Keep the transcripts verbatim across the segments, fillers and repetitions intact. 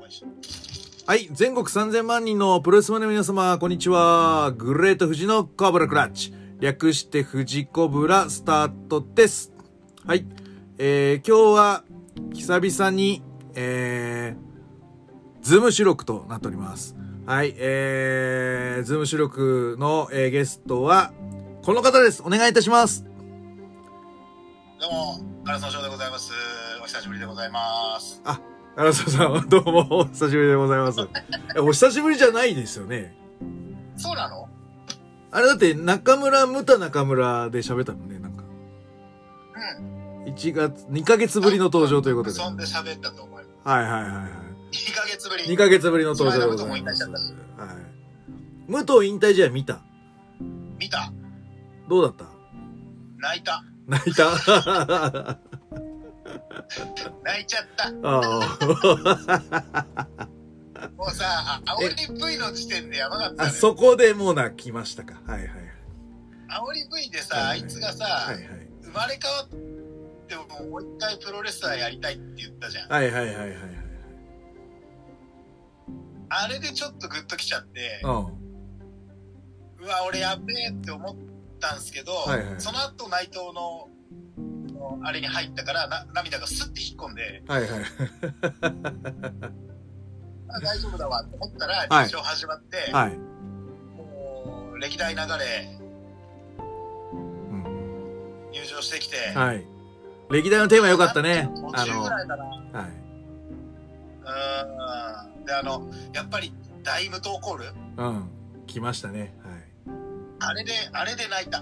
ばいいし。 はい、全国さんぜんまん人のプロレスマンの皆様、こんにちは。グレート富士のコブラクラッチ。略して富士コブラスタートです。はい、えー、今日は久々に、えー、ズーム収録となっております。はい、えー、ズーム収録の、えー、ゲストは、この方です。お願いいたします。 どうも、ガラスの翔でございます。お久しぶりでございます。 あ、ガラスさん、どうも、お久しぶりでございます。お久しぶりじゃないですよね。 そうなの？ あれだって、中村、ムタ中村で喋ったのね、なんか。 うん。 いちがつ、にかげつぶりの登場ということで。 そんで喋ったと思います。 はいはいはいはい。 にかげつぶり。 にかげつぶりの登場でございます。はい。武藤引退試合見た？ 見た。 どうだった？ 泣いた。 泣いた泣いちゃった。 ああ。 もうさ、煽り V の時点でやばかったね。 あそこでもう泣きましたか。はいはい。 煽り V でさ、はいはい、あいつがさ、はいはい、生まれ変わってももう一回プロレスラーやりたいって言ったじゃん。 はいはいはいはいはい。 あれでちょっとグッときちゃって、 うん、うわ、俺やべえって思ったんですけど、はいはい、その後内藤のあれに入ったからな涙がスッて引っ込んで、はいはい、大丈夫だわって思ったら陸上始まって、はい、もう歴代流れ、うん、入場してきて、はい、 歴代のテーマ良かったね。 途中ぐらいかな。はい、うんであのやっぱり大無糖コール、 うん、来ましたね。はい、 あれであれで泣いた。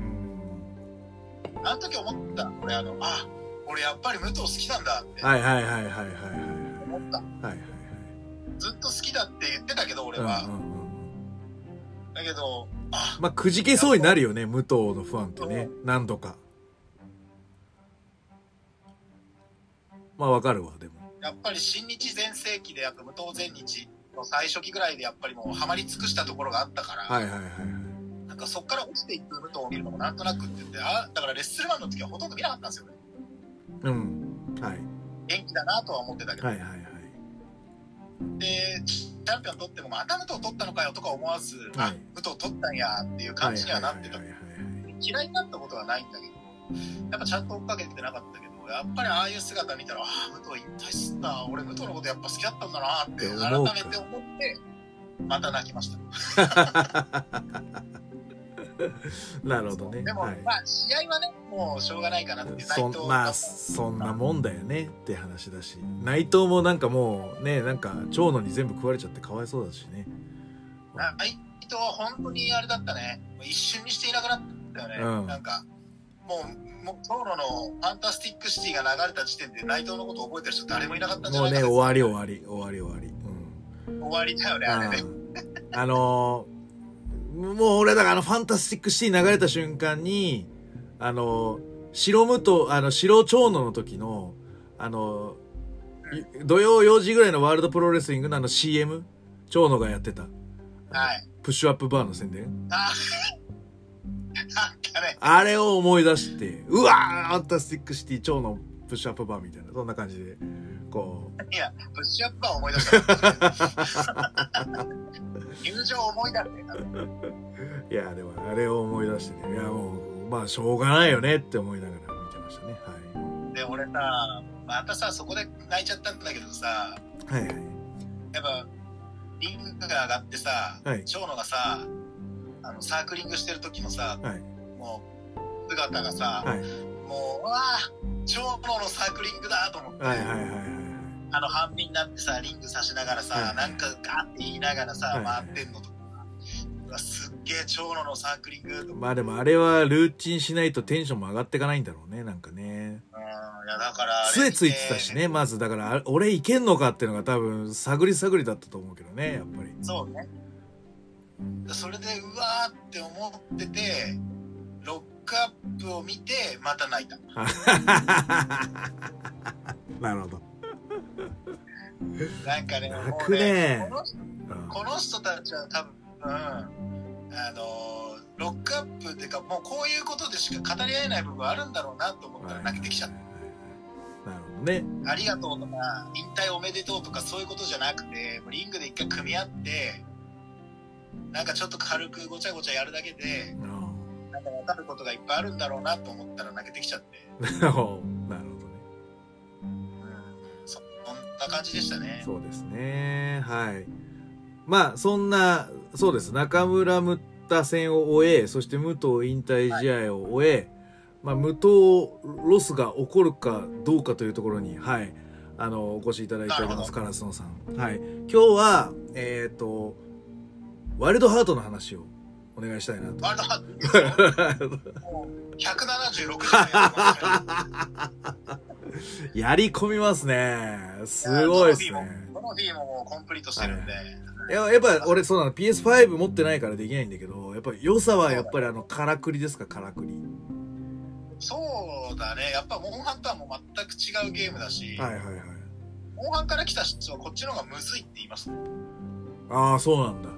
あの時思った。俺あの、あ、俺やっぱり武藤好きなんだって。 はいはいはいはいはいはい。 思った。はいはいはい。ずっと好きだって言ってたけど、俺は。うんうんうん、だけど、 あ、まあ、くじけそうになるよね、武藤のファンってね。何度か。まあわかるわ、でも。 やっぱり新日全盛期で、やっぱ武藤全日の最初期ぐらいでやっぱりもうハマり尽くしたところがあったから。はいはいはいはい。なんかそっから落ちていく武藤を見るのもなんとなくって言って、あ、だからレッスルマンの時はほとんど見なかったんですよね。うん。はい。元気だなとは思ってたけど。はいはいはい。で、チャンピオン取っても、また武藤取ったのかよとか思わず、はい、武藤取ったんやっていう感じにはなってた。嫌いになったことはないんだけど、やっぱちゃんと追っかけてなかったけど、やっぱりああいう姿見たら、ああ、武藤引退すんだ、俺武藤のことやっぱ好きだったんだなって改めて思って、また泣きました。 なるほどね。 でも、はい、まあ試合はねもうしょうがないかなって。 そんまあそんなもんだよねって話だし、内藤もなんかもうね、なんか長野に全部食われちゃってかわいそうだしね。 内藤は本当にあれだったね。一瞬にしていなくなったよね。うん、なんかもうもう長野のファンタスティックシティが流れた時点で内藤のことを覚えてる人誰もいなかったんじゃないかな。 もうね、終わり終わり終わり終わり、 うん、終わりだよねあれね。 あのーもう俺だからあのファンタスティックシティ流れた瞬間に、あの、白武藤、あの、白長野の時の、あの、土曜よじぐらいのワールドプロレスリングのあの シーエム、長野がやってた。 はい。 プッシュアップバーの宣伝。 ああ、ね、 あれを思い出して、うわーファンタスティックシティ長野プッシュアップバーみたいな、そんな感じで、こう。いや、プッシュアップバー思い出した。入場思い出して。 いやでもあれを思い出してね、いやもうまあしょうがないよねって思いながら見てましたね。はい。 で俺さ、またさそこで泣いちゃったんだけどさ、はいはい。やっぱリングが上がってさ、はい、長野がさ、あのサークリングしてる時のさ、はい、もう姿がさ、はい、もううわー長野のサークリングだと思って。はいはいはいはい。あの半身になってさリング刺しながらさ、はい、なんかガーって言いながらさ、はい、回ってんのとか、うわすっげえ長野のサークリングとか。 まあでもあれはルーチンしないとテンションも上がっていかないんだろうね、なんかね。うん、いやだから杖ついてたしね、まずだから俺いけんのかっていうのが多分探り探りだったと思うけどね、やっぱり。 そうね。それでうわーって思っててロックアップを見てまた泣いた。 なるほど。 なんかね、 泣くね。 もうね、この、この人たちは多分、あのロックアップっていうかもうこういうことでしか語り合えない部分あるんだろうなと思ったら泣けてきちゃった。 なるほどね。 ありがとうとか引退おめでとうとかそういうことじゃなくて、リングで一回組み合ってなんかちょっと軽くごちゃごちゃやるだけで、うん、なんか分かることがいっぱいあるんだろうなと思ったら泣けてきちゃって。 なるほどね。 うん、そんな感じでしたね。 そうですね。はい。まあそんなそうです。中村ムッタ戦を終え、そして武藤引退試合を終え、はい、まあ、無糖ロスが起こるかどうかというところに、はい、あのお越しいただいております、カラスノさん。はい、今日はえっ、ー、とワイルドハートの話をお願いしたいなと。 ワイルドハートもうひゃくななじゅうろくじやり込みますね。すごいですね。 この D ももうコンプリートしてるんで。はい、 や, やっぱ俺そうなの ピーエスファイブ 持ってないからできないんだけど、やっぱり良さはやっぱりあのからくりですか、からくり。 そうだね。やっぱモンハンとはもう全く違うゲームだし、 はいはいはい、 モンハンから来た人はこっちの方がむずいって言います。ああ、そうなんだ。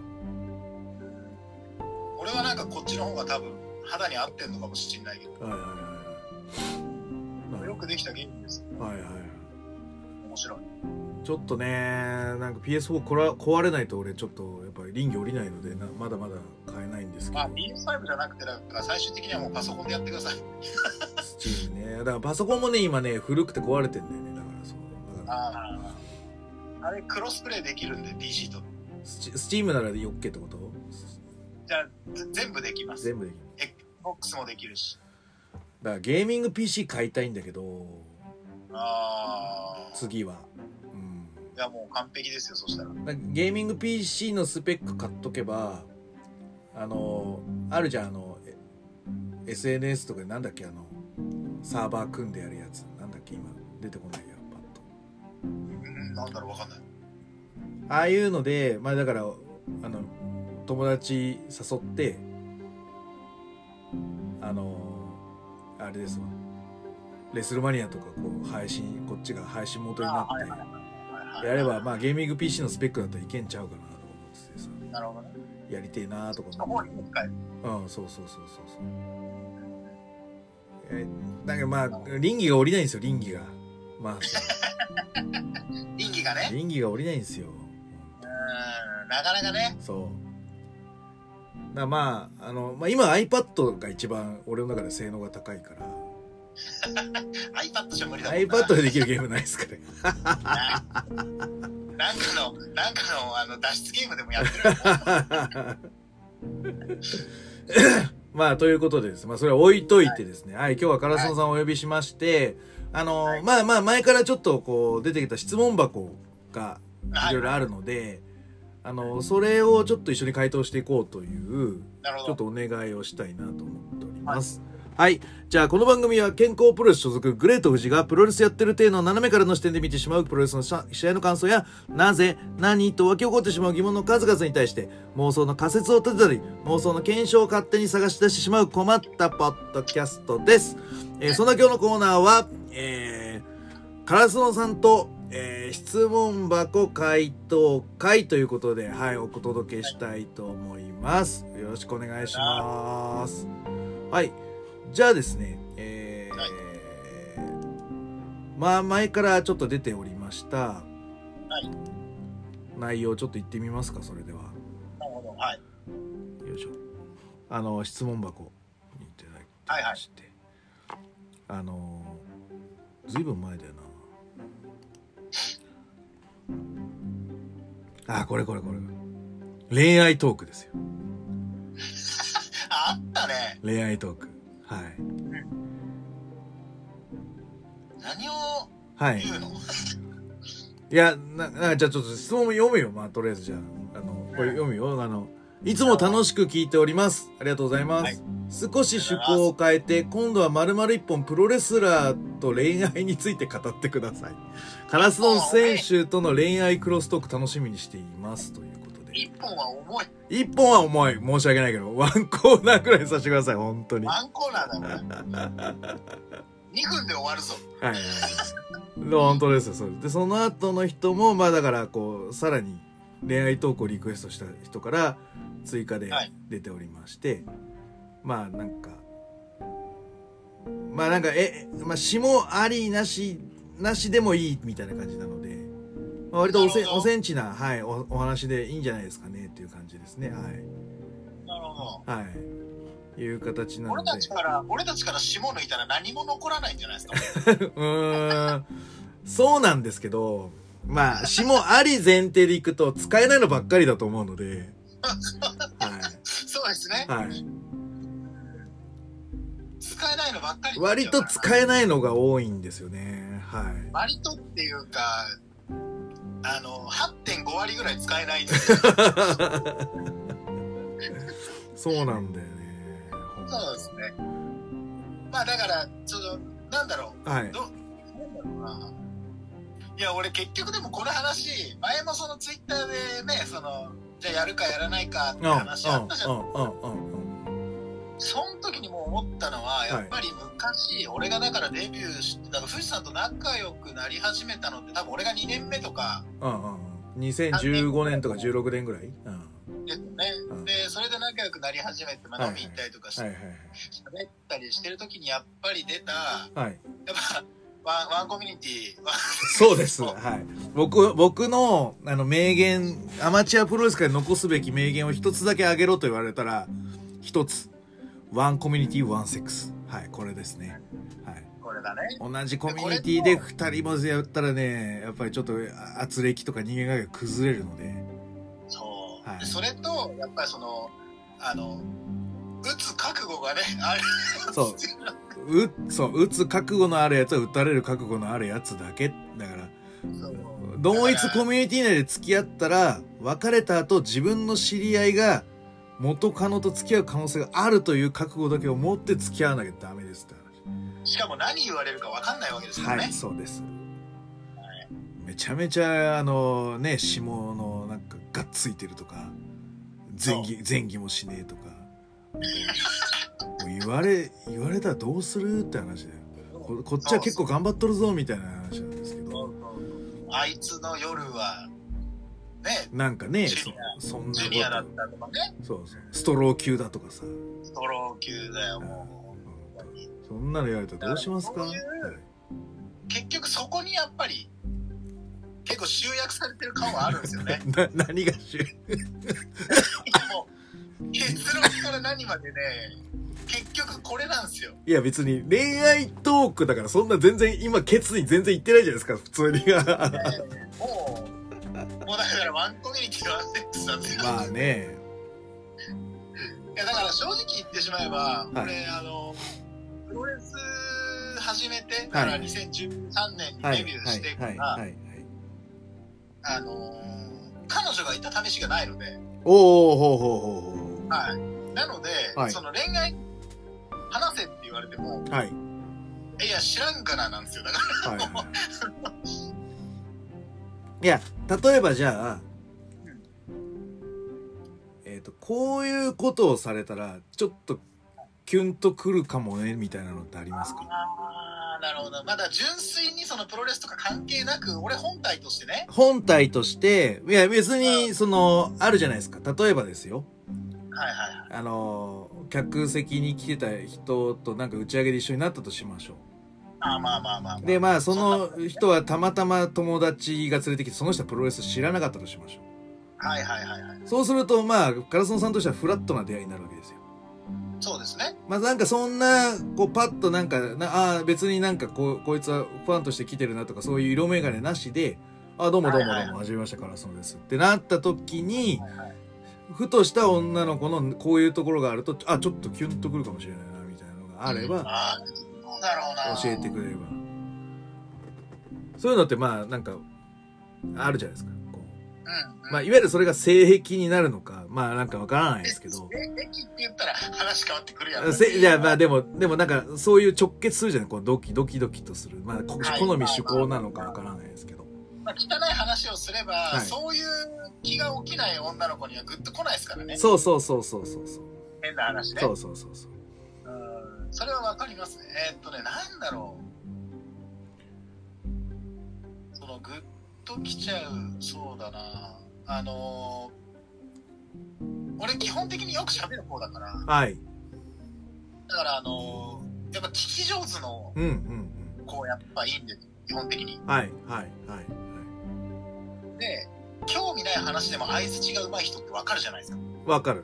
俺はなんかこっちの方が多分肌に合ってんのかもしれないけど、はいはいはい、よくできたゲームです。 はいはい、 面白い。 ちょっとね、なんか ピーエスフォー こら壊れないと俺ちょっとやっぱり臨機降りないのでな、まだまだ買えないんですけど。 あ、ピーエスファイブ じゃなくて、だから最終的にはもうパソコンでやってください。 スチームね。だからパソコンもね、今ね、古くて壊れてんだよね。だからそう。だからああ。あれ、クロスプレイできるんで、ピーシー と。 スチ、スチームなら OK ってこと？ じゃあ、全部できます。 全部できる。 Xbox もできるし。 だからゲーミング ピーシー 買いたいんだけど、 ああ。 次は。 いやもう完璧ですよ、そしたら。 ゲーミング ピーシー のスペック買っとけば、あのあるじゃん、あの エスエヌエス とかでなんだっけ、あのサーバー組んでやるやつ、なんだっけ、今出てこないや、パッと。 うん、なんだろう、わかんない。 ああいうので、まあだからあの友達誘ってあのあれですわ、レスルマニアとかこう配信、こっちが配信元になってやれば、まあゲーミング ピーシー のスペックだったらいけんちゃうかなと思ってさ。 なるほどね。 やりてえなーとか思って。うん、 そうそうそうそうそう。え、だけどまあ倫理が降りないんですよ、倫理が。まあ。 倫理がね。 倫理が降りないんですよ。 うん、なかなかね。 そう。だまああのまあ今 iPad が一番俺の中で性能が高いから。 iPad じゃ無理だもんな。 iPad でできるゲームないですかね。 なんかのなんかのあの脱出ゲームでもやってる。 まあということでです。まあそれは置いといてですね。はい、はい、今日はカラスノさんをお呼びしまして、はい、あの、はい、まあまあ前からちょっとこう出てきた質問箱がいろいろあるので、はい、あのそれをちょっと一緒に回答していこうというちょっとお願いをしたいなと思っております。はいはい。じゃあ、この番組は健康プロレス所属グレート富士がプロレスやってる体の斜めからの視点で見てしまうプロレスの試合の感想や、なぜ、何と湧き起こってしまう疑問の数々に対して妄想の仮説を立てたり、妄想の検証を勝手に探し出してしまう困ったポッドキャストです。えー、そんな今日のコーナーは、えー、カラスノさんと、えー、質問箱回答会ということで、はい、お届けしたいと思います。よろしくお願いします。はい。じゃあですね、えーはい、まあ前からちょっと出ておりました、はい、内容ちょっと言ってみますか、それでは。 なるほど、はい。 よいしょ。あの質問箱にいただきまして、はいはい、あのずいぶん前だよな。あ、これこれこれ。恋愛トークですよ。 あったね。 恋愛トーク。はい、うん、 何を言うの、はい、 いやななじゃあちょっと質問読むよ。まあとりあえずじゃあ、あのこれ読むよ。あのいつも楽しく聞いております。ありがとうございます。はい、少し趣向を変えて今度は丸々一本プロレスラーと恋愛について語ってください。カラスノ選手との恋愛クロストーク楽しみにしていますということで。 一本は重い。 一本は重い。申し訳ないけど、ワンコーナーくらいさせてください、本当に。 ワンコーナーだね。にふんで終わるぞ。 はい。本当ですよ、それ。で、その後の人も、まあだから、こう、さらに恋愛トークをリクエストした人から追加で出ておりまして、はい、まあなんか、まあなんか、え、まあ、下ありなしなしでもいいみたいな感じなので、まあ、割とおせおセンチな、はい、お, お話でいいんじゃないですかねっていう感じですね。はい。 なるほど。はい。いう形なので。 俺たちから、俺たちから霜抜いたら何も残らないんじゃないですか。 うーん。そうなんですけど、まあ、霜あり前提でいくと使えないのばっかりだと思うので。はい。 そうですね。 はい。 使えないのばっかり。 割と使えないのが多いんですよね。はい。 割とっていうか、あの、はってんご 割ぐらい使えないんですよ。 そうなんだよね。 そうですね。まあだから、ちょっと、なんだろう。 はい。 ど、なんだろうな。いや、俺結局でもこの話、前もそのツイッターでね、その、じゃあやるかやらないかって話あったじゃん。うんうんうんうん。その時にもう思ったのは、やっぱり昔、はい、俺がだからデビューして、だから藤さんと仲良くなり始めたのって多分俺がにねんめとか。 うんうん。にせんじゅうごねんとかじゅうろくねんぐらい、うん、 ですね、うん。で、それで仲良くなり始めて、まあ、飲み行ったりとかして、喋、はいはい、ったりしてる時にやっぱり出た、はい、やっぱ、ワン、ワンコミュニティ。 そうです。はい。僕、僕の、あの、名言、アマチュアプロレス界で残すべき名言を一つだけあげろと言われたら、一つ。ワンコミュニティ、ワンセックス。はい、これですね。はい。 これだね。 同じコミュニティで二人もやったらね、やっぱりちょっと圧力とか人間関係が崩れるので。 そう。はい、それと、やっぱりその、あの、打つ覚悟がね、あれ。 そう。う、そう、打つ覚悟のあるやつは打たれる覚悟のあるやつだけ。だから、同一コミュニティ内で付き合ったら、別れた後自分の知り合いが元カノと付き合う可能性があるという覚悟だけを持って付き合わなきゃダメですって話。しかも何言われるか分かんないわけですからね。 はい、そうです。はい、めちゃめちゃ、あのね、下のなんかがっついてるとか、前儀、前儀もしねえとか。もう言われ言われたらどうするって話で こ, こっちは結構頑張っとるぞみたいな話なんですけど、 あいつの夜はね、 なんかね、そ, そんなことジュニアだったとかね、そうそう、ストロー級だとかさ、 ストロー級だよもう、 そんなの言われたらどうしますか。 はい、結局そこにやっぱり結構集約されてる感はあるんですよね。 な何が集約もう結論から何までね、結局これなんですよ。 いや別に恋愛トークだからそんな全然今ケツに全然言ってないじゃないですか普通に。もうもうだからワンコミュニティワンセックスなんですよ。 まあね。 いやだから正直言ってしまえば、はい、俺あのプロレス始めてから、はい、にせんじゅうさんねんにデビューしてからあの彼女がいた試しがないので。 おおほうほうほうほう。 はい。なので、はい、その恋愛話せって言われても、はい。いや知らんからなんですよ。だから。はいはい、 いや例えばじゃあ、うん、えっとこういうことをされたらちょっとキュンとくるかもねみたいなのってありますか。 ああなるほど。まだ純粋にそのプロレスとか関係なく、俺本体としてね。 本体としていや別にそのあるじゃないですか。例えばですよ。 はいはいはい。 あの客席に来てた人となんか打ち上げで一緒になったとしましょう。 あまあまあまあ、まあ、 でまあその人はたまたま友達が連れてきてその人はプロレス知らなかったとしましょう。 はいはいはいはい。 そうするとまあカラソンさんとしてはフラットな出会いになるわけですよ。 そうですね。 まあなんかそんなこうパッとなんかなあ別になんかこうこいつはファンとして来てるなとかそういう色眼鏡なしであどうもどうもどうもはじめましてカラソンですってなった時に、はいはい、ふとした女の子のこういうところがあるとあちょっとキュンとくるかもしれないなみたいなのがあれば、うん、 あどうだろうな教えてくれればそういうのってまあなんかあるじゃないですか。うんうん、まあいわゆるそれが性癖になるのかまあなんかわからないですけど。性癖って言ったら話変わってくるやん。 せじゃあまあでもでもなんかそういう直結するじゃないこうドキドキドキとするまあ好み趣向なのかわからないですけど。 まあ汚い話をすれば、はい、そういう気が起きない女の子にはグッと来ないですからね。 そうそうそうそうそうそう。 変な話ね。 そうそうそうそう。 うんそれはわかりますね。えー、っとねなんだろう。そのグッと来ちゃうそうだなあのー、俺基本的によく喋る方だからはいだからあのー、やっぱ聞き上手のこうやっぱいいんです、基本的に。 はいはいはい、はい。 で、興味ない話でも相づちが上手い人ってわかるじゃないですか。 わかる。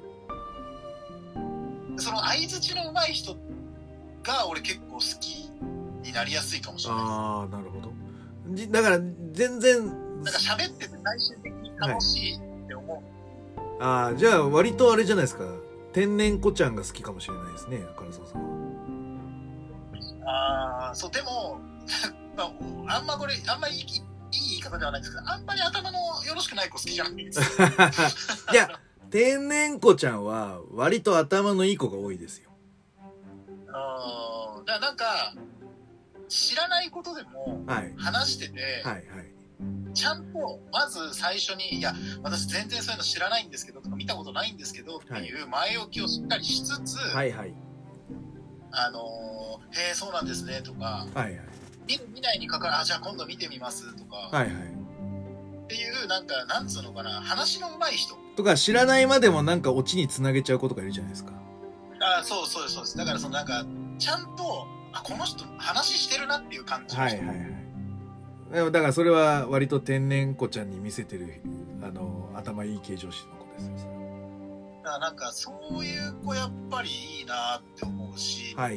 その相づちの上手い人が俺結構好きになりやすいかもしれないです。 ああ、なるほど。だから全然なんか喋ってて最終的に楽しいって思う。 はい、ああ、じゃあ割とあれじゃないですか。天然子ちゃんが好きかもしれないですね、唐沢さんは。 ああ、そう、でも、まあ、あんまこれ、あんまりいい、いい言い方ではないんですけど、あんまり頭のよろしくない子好きじゃないんですよ。 いや、天然子ちゃんは割と頭のいい子が多いですよ。 ああ、だからなんか、知らないことでも話してて、はいはいはい、ちゃんとまず最初に、いや私全然そういうの知らないんですけどとか見たことないんですけどっていう前置きをしっかりしつつ、はいはい、あのー、へえそうなんですねとか、はいはい、見る見ないにかかる、あじゃあ今度見てみますとか、はいはい、っていうなんかなんつうのかな、話の上手い人とか知らないまでもなんかオチにつなげちゃう子とかいるじゃないですか。 あそうそうですそうです。だからそのなんかちゃんとあこの人話してるなっていう感じの人、はいはいはい、 でもだからそれは割と天然子ちゃんに見せてるあの頭いい系女子の子ですよ。 だからなんかそういう子やっぱりいいなって思うし、はい、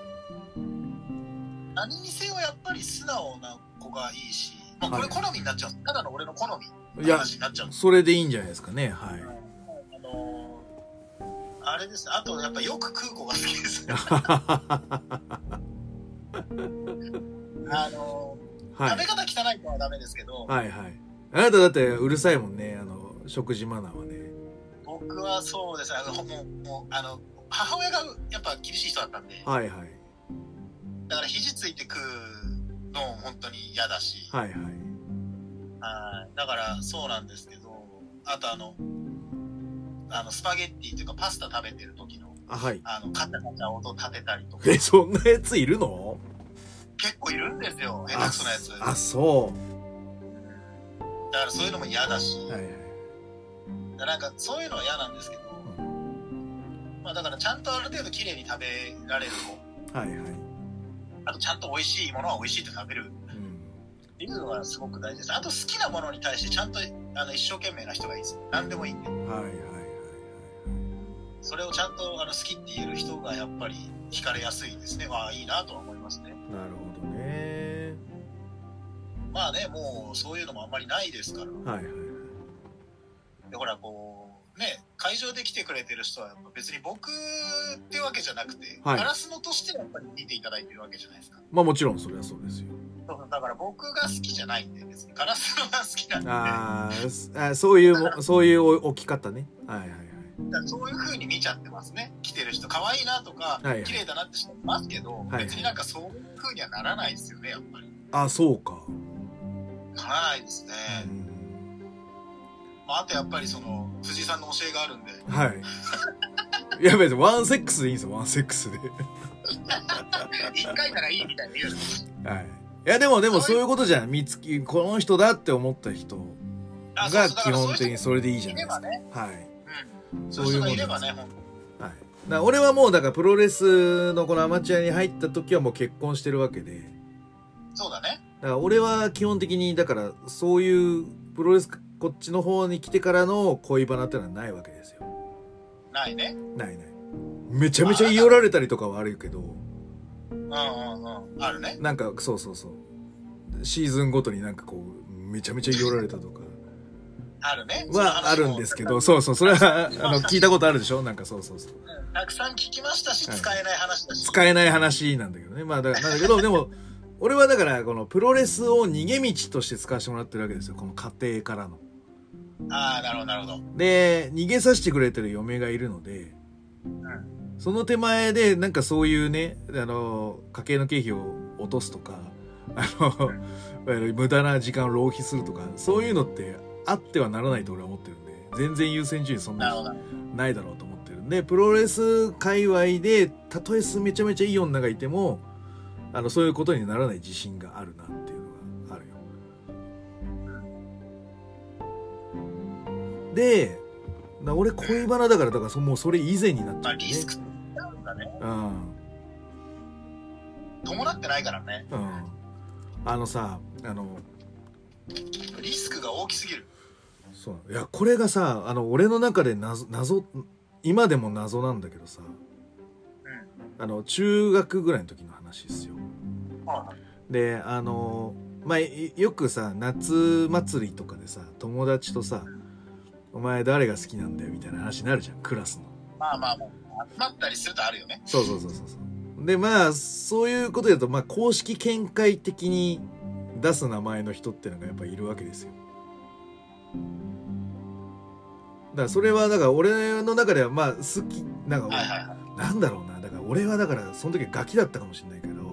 何にせよやっぱり素直な子がいいし、まあ、これ好みになっちゃう、はい、ただの俺の好みの話になっちゃう。 それでいいんじゃないですかね。はい、うん、 あのー、あれですね。あとやっぱよく食う子が好きですね。あのーはい、食べ方汚い子はダメですけど、はいはい、 あなただってうるさいもんね、あの食事マナーはね。 僕はそうですね、あのもうもうあの母親がやっぱ厳しい人だったんで、はいはい、だから肘ついて食うのも本当に嫌だし、はいはい、はい、だからそうなんですけど、あとあのあのスパゲッティというかパスタ食べてる時の、はい、あのカチャカチャ音立てたりとか。 え、そんなやついるの？ 結構いるんですよ、下手くそなやつ。 あ、そう。 だからそういうのも嫌だし、はいはい、だなんかそういうのは嫌なんですけど、うん、まあだからちゃんとある程度綺麗に食べられる子、はいはい、あとちゃんと美味しいものは美味しいと食べる、うん、っていうのがすごく大事です。あと好きなものに対してちゃんとあの一生懸命な人がいいです。何でもいいんで、はいはいはいはい、それをちゃんとあの好きって言える人がやっぱり惹かれやすいですね。まあいいなとは思いますね。 なるほどね。 まあね、もうそういうのもあんまりないですから。はいはいはい。でほらこうね、会場で来てくれてる人はやっぱ別に僕ってわけじゃなくて、はい、ガラスのとしてやっぱり見ていただいてるわけじゃないですか。 まあもちろんそれはそうですよ。 だから僕が好きじゃないんで、別にガラスのが好きなんで。 ああ、そういうそういう置き方ね。はいはいはい。 だからそういう風に見ちゃってますね。来てる人可愛いなとか、はいはい、綺麗だなって人いますけど、はいはい、別になんかそういう風にはならないですよね、やっぱり。 あ、そうか。 ならないですね。まあ、あとやっぱりその藤井さんの教えがあるんで。はい。いや別にワンセックスでいいんですよ、ワンセックスで。一回ならいいみたいな言う。はい。いやでもでもそういうことじゃん。見つきこの人だって思った人が基本的にそれでいいじゃないですか。ね、はい。うん。そういうもんです。はい。だから俺はもうだからプロレスのこのアマチュアに入った時はもう結婚してるわけで。 そうだね。 だから俺は基本的にだからそういうプロレスこっちの方に来てからの恋バナってのはないわけですよ。 ないね。 ないない。めちゃめちゃ言い寄られたりとかはあるけど。 うんうんうん。あるね。 なんかそうそうそう。シーズンごとになんかこうめちゃめちゃ言い寄られたとか。 あるね。 はあるんですけど、そうそう、それはあの聞いたことあるでしょ、なんかそうそうそう。 うん、たくさん聞きましたし、使えない話だし。 使えない話なんだけどね。まあだなんだけどでも。俺はだからこのプロレスを逃げ道として使わせてもらってるわけですよ、この家庭からの。 ああ、なるほどなるほど。 で逃げさせてくれてる嫁がいるので、うん、その手前でなんかそういうね、あの家計の経費を落とすとか、あの、うん、無駄な時間を浪費するとか、そういうのってあってはならないと俺は思ってるんで、全然優先順位そんなにないだろうと思ってるんで、プロレス界隈でたとえめちゃめちゃいい女がいてもあのそういうことにならない自信があるなっていうのがあるよ。で、俺恋バナだからだからもうそれ以前になっちゃう、ね。 まあリスクなんだね。 うん。 伴ってないからね。 うん。あのさ、あの、 リスクが大きすぎる。 そう。いや、これがさ、あの、俺の中で謎、謎、今でも謎なんだけどさ、うん、あの、中学ぐらいの時の話ですよ。 はい、 で、あの、まあ、よくさ、夏祭りとかでさ、友達とさ、お前誰が好きなんだよみたいな話になるじゃん、クラスの。 まあまあまあ、集まったりするとあるよね。 そうそうそうそう。で、まあ、そういうことだと、まあ、公式見解的に出す名前の人ってのがやっぱいるわけですよ。だからそれは、だから俺の中ではまあ、好き、なんか、はいはいはい、なんだろうな。だから俺はだから、その時ガキだったかもしれないけど、うん、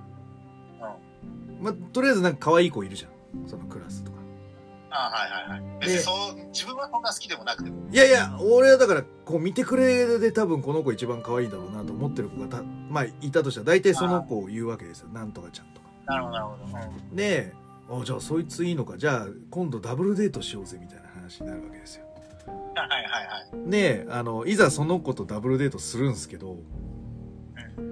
まあ、とりあえずなんか可愛い子いるじゃん。そのクラスとか。 ああ、はいはいはい。別にそう、自分はそんな好きでもなくても。 いやいや、俺はだから、こう見てくれで多分この子一番可愛いだろうなと思ってる子がた、まあ、いたとしたら、大体その子を言うわけですよ。なんとかちゃんとか。 なるほど、なるほど。うん、 で、あ、じゃあそいついいのか。じゃあ、今度ダブルデートしようぜみたいな話になるわけですよ。 はいはいはい。 で、あの、いざその子とダブルデートするんですけど、うん、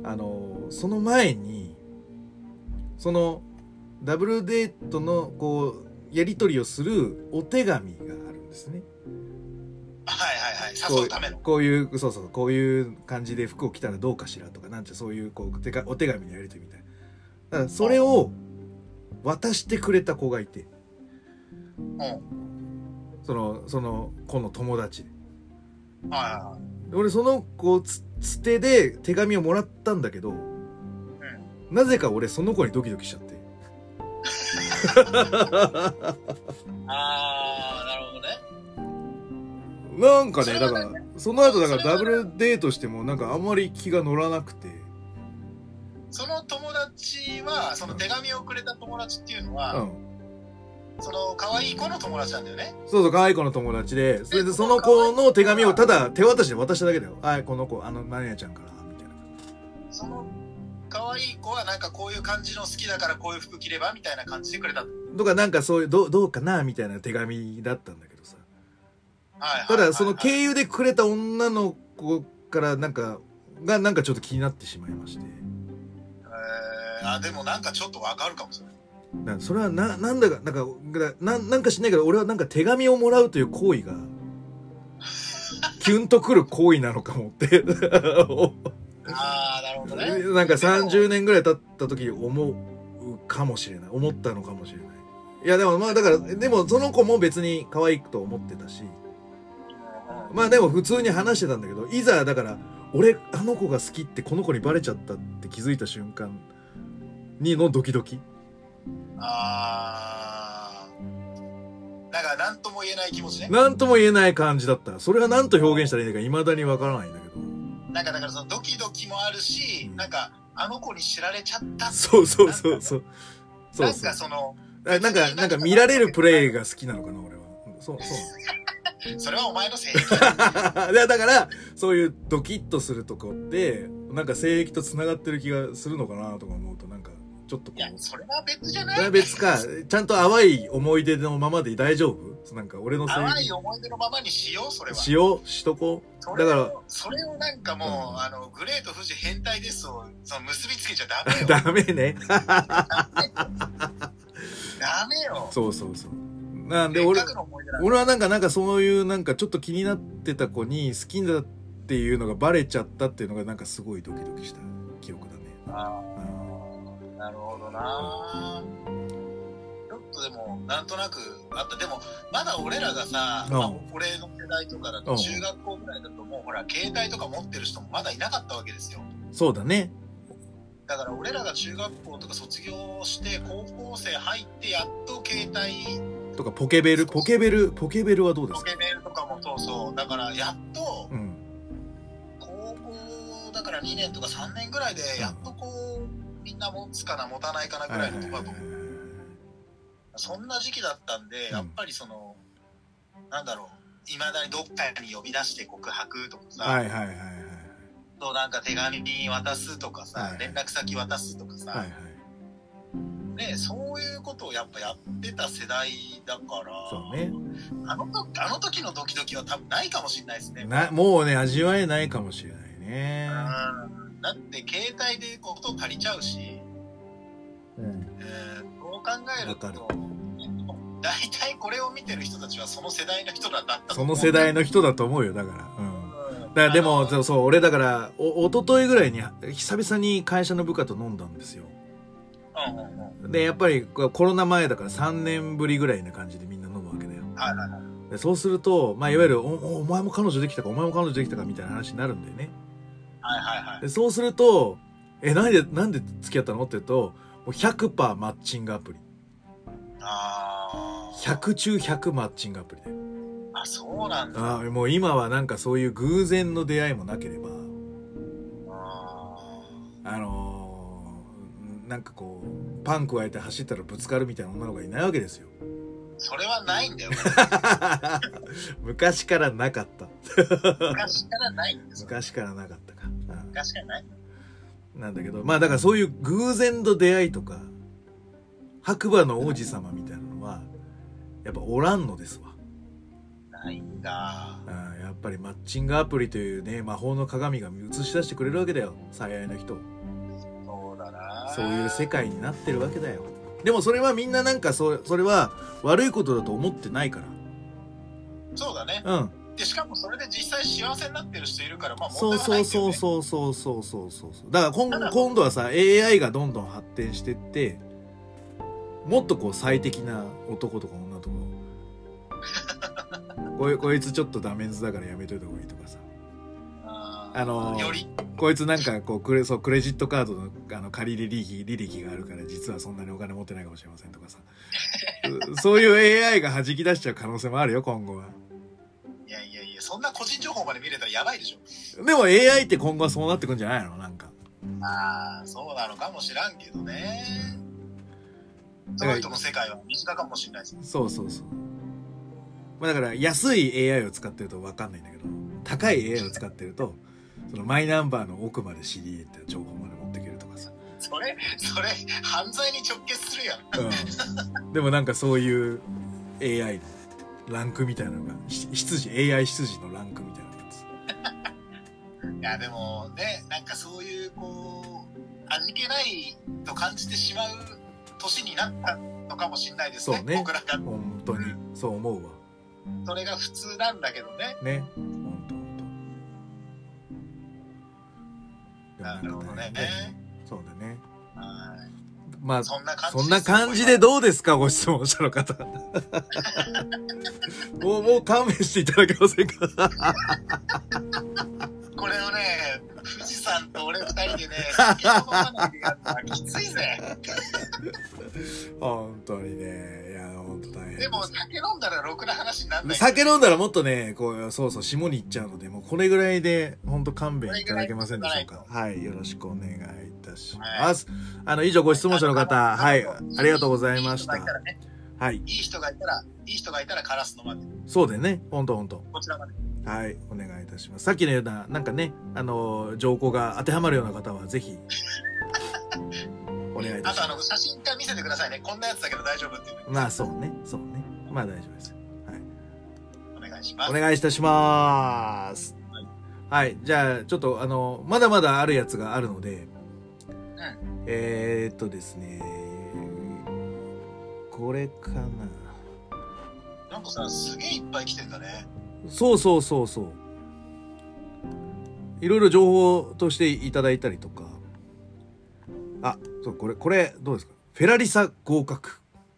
あの、その前に、その、ダブルデートの、こう、やり取りをするお手紙があるんですね。 はいはいはい。誘うための。 こういう、そうそう、こういう感じで服を着たらどうかしらとか、なんてそういう、こう、てかお手紙のやり取りみたいな。だからそれを渡してくれた子がいて。うん。その、その子の友達で。 はいはい。 俺その子つ、つてで手紙をもらったんだけど、うん、なぜか俺その子にドキドキしちゃって。 あー、なるほどね。 なんかね、だから、その後だからダブルデートしてもなんかあんまり気が乗らなくて。 その友達は、その手紙をくれた友達っていうのは、うん、その可愛い子の友達なんだよね。 そうそう、可愛い子の友達で、それでその子の手紙をただ手渡しで渡しただけだよ。はい、この子、あの、何々ちゃんから、みたいな。 その可愛い子はなんかこういう感じの好きだからこういう服着ればみたいな感じでくれたとかなんかそういうどうどうかなみたいな手紙だったんだけどさ、はいはいはいはい、ただその経由でくれた女の子からなんかがなんかちょっと気になってしまいまして、 えー、あでもなんかちょっとわかるかもしれない。 なそれはななんだかなんかななんかしないけど俺はなんか手紙をもらうという行為がキュンとくる行為なのかもってああ、なるほどね。 なんかさんじゅうねんぐらい経った時に思うかもしれない。思ったのかもしれない。いやでもまあだから、でもその子も別に可愛いと思ってたし。まあでも普通に話してたんだけど、いざだから、俺あの子が好きってこの子にバレちゃったって気づいた瞬間にのドキドキ。 ああ。だから何とも言えない気持ちね。 何とも言えない感じだった。それは何と表現したらいいのか未だにわからないんだけど。 なんかだからそのドキドキもあるし、うん、なんかあの子に知られちゃったってそうそうそうそうそうなんかそのなんかなんか見られるプレイが好きなのかな俺は。そうそうそれはお前の性癖だだからそういうドキッとするとこってなんか性癖とつながってる気がするのかなとか思うとなんかちょっとこう。 いやそれは別じゃない。 それは別か。ちゃんと淡い思い出のままで大丈夫？なんか俺の性癖。 淡い思い出のままにしようそれは。 しようしとこう。だからそれをなんかもう、うん、あのグレート富士変態ですをその結びつけちゃダメよ。 ダメね。 ダメよ。 そうそうそう。なんで俺俺はなんかなんかそういうなんかちょっと気になってた子に好きだっていうのがバレちゃったっていうのがなんかすごいドキドキした記憶だね。 ああ、なるほどな。ちょっとでもなんとなくあった。でもまだ俺らがさ、まあ、俺の世代とかだと中学校ぐらいだともうほら携帯とか持ってる人もまだいなかったわけですよ。 そうだね。 だから俺らが中学校とか卒業して高校生入ってやっと携帯とかポケベルポケベルポケベルはどうですか？ ポケベルとかもそうそうだからやっと、うん、高校だからにねんとかさんねんぐらいでやっとこうみんな持つかな持たないかなぐらいのとこだと思う。そんな時期だったんで、やっぱりその、うん、なんだろういまだにどっかに呼び出して告白とかさ、はいはいはいはい、となんか手紙に渡すとかさ、はいはい、連絡先渡すとかさ、はいはい、ね、そういうことをやっぱやってた世代だから、そうね、あの時あの時のドキドキは多分ないかもしれないですね。 なもうね味わえないかもしれないね。 うんだって携帯でこと足りちゃうし、うん、えー、こう考えると大体これを見てる人たちはその世代の人だったと思う。その世代の人だと思うよ。だから、うん、だからでもそうそう、俺だからお一昨日ぐらいに久々に会社の部下と飲んだんですよ。うんうんうん、でやっぱりコロナ前だからさんねんぶりぐらいな感じでみんな飲むわけだよ。はいはいはい。でそうすると、まあ、いわゆる お, お前も彼女できたかお前も彼女できたかみたいな話になるんだよね。はいはいはい。でそうするとえなんでなんで付き合ったのって言うともう ひゃくパーセント マッチングアプリ。あひゃく中ひゃくマッチングアプリで。 あ、そうなんだ。 あもう今はなんかそういう偶然の出会いもなければ、 ああのー、なんかこうパン加えて走ったらぶつかるみたいな女の子がいないわけですよ。 それはないんだよ。 昔からなかった。 昔からないんですよ。 昔からなかったか。 昔からない。 なんだけど、まあだからそういう偶然の出会いとか白馬の王子様みたいなのはやっぱおらんのですわ。 ないんだ。 あやっぱりマッチングアプリというね魔法の鏡が映し出してくれるわけだよ、最愛の人。 そうだな。 そういう世界になってるわけだよ。でもそれはみんななんかそそれは悪いことだと思ってないから。 そうだね。 うん。 でしかもそれで実際幸せになってる人いるからまあ問題はないんだよね。そうそうそうそうそうそう。だから今今度はさ エーアイ がどんどん発展してってもっとこう最適な男とか女とかこいこいつちょっとダメンズだからやめといた方がいいとかさ。あのよりこいつなんかこうクレ、そうクレジットカードのあの借り履歴履歴があるから実はそんなにお金持ってないかもしれませんとかさそういう エーアイ が弾き出しちゃう可能性もあるよ今後は。 いやいやいやそんな個人情報まで見れたらやばいでしょ。 でも エーアイ って今後はそうなってくんじゃないのなんか。 ああそうなのかもしらんけどね。その人の世界は身近かもしれないです。 そうそうそう。まあだから安い エーアイ を使ってると分かんないんだけど高い エーアイ を使ってるとそのマイナンバーの奥まで知り得て情報まで持っていけるとかさ。 それそれ犯罪に直結するやん、 うん、でもなんかそういう エーアイ のランクみたいなのが執事 エーアイ 執事のランクみたいなやついやでもねなんかそういうこう味気ないと感じてしまう年になったのかもしれないですね。そうね僕らが本当にそう思うわ。 それが普通なんだけどね。 ね本当本当。 なるほどね。 そうだね。 はい。 まあそんな感じそんな感じでどうですかご質問者の方。もうもう勘弁していただけませんか。 これをね富士山と俺二人でね酒を飲まないでやったらきついぜ。 本当にねいや本当大変でも酒飲んだらろくな話にならない。 酒飲んだらもっとねこうそうそう下に行っちゃうのでもうこれぐらいで本当勘弁いただけませんでしょうか。はいよろしくお願いいたします、はい、あの以上ご質問者の方はいありがとうございました。はい、いい人がいたらいい人がいたらカラスのまで。 そうだよね本当本当。 こちらまではいお願いいたします。さっきのようななんかねあの条項が当てはまるような方はぜひお願いいたします。 あとあの写真家見せてくださいね。こんなやつだけど大丈夫っていう。 まあそうねそうねまあ大丈夫です。はいお願いします。 お願いいたします。はい、はい、じゃあちょっとあのまだまだあるやつがあるので、うん、えー、っとですねこれかな。 なんかさすげえいっぱい来てんだね。 そうそうそうそういろいろ情報としていただいたりとか。あそうこれこれどうですか。フェラリサ合格。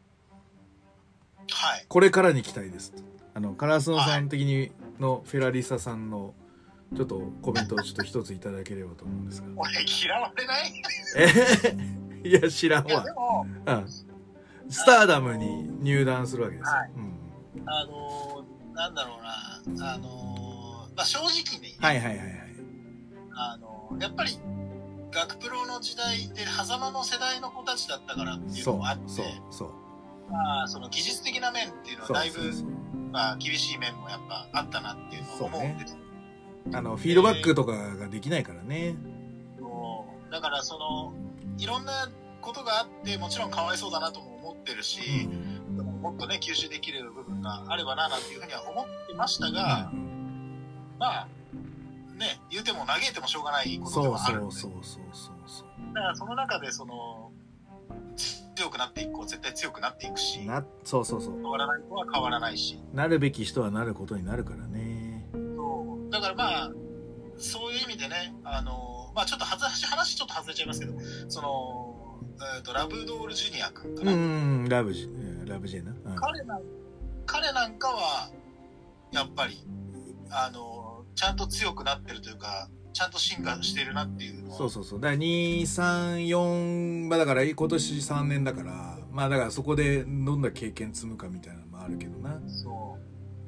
はい。 これからに期待です。あのカラスノさん的にのフェラリサさんのちょっとコメントをちょっと一ついただければと思うんですが。 俺嫌われない？ えいや知らんわ。いやでも、うん、スターダムに入団するわけですよ。はいうん、 あのー、なんだろうなあのー、まあ正直に、ね、 はいはいはいはい。 あのー、やっぱり学プロの時代で狭間の世代の子たちだったからっていうのもあって、そうそうまあその技術的な面っていうのはだいぶまあ厳しい面もやっぱあったなっていうのを思うんです。 あのフィードバックとかができないからね。 そうだからそのいろんなことがあってもちろんかわいそうだなとも思ってるし、うん、もっとね吸収できる部分があればななんていうふうには思ってましたが、うん、まあね、言うても嘆いてもしょうがないことではあるので、 そうそうそうそうそうだからその中でその強くなっていく子は絶対強くなっていくし、 なそうそうそう変わらない子は変わらないし、 なるべき人はなることになるからね。 そうだからまあそういう意味でね、あのまあちょっとはず話ちょっと外れちゃいますけど、その、えー、とラブドールジュニア君かな、 うんうんラブジラブジェな、うん、 彼なん彼なんかはやっぱりあのちゃんと強くなってるというか、ちゃんと進化してるなっていうのは。 そうそうそう。だからに、さん、よん、まあだから今年さんねんだから、まあだからそこでどんな経験積むかみたいなのもあるけどな。 そう。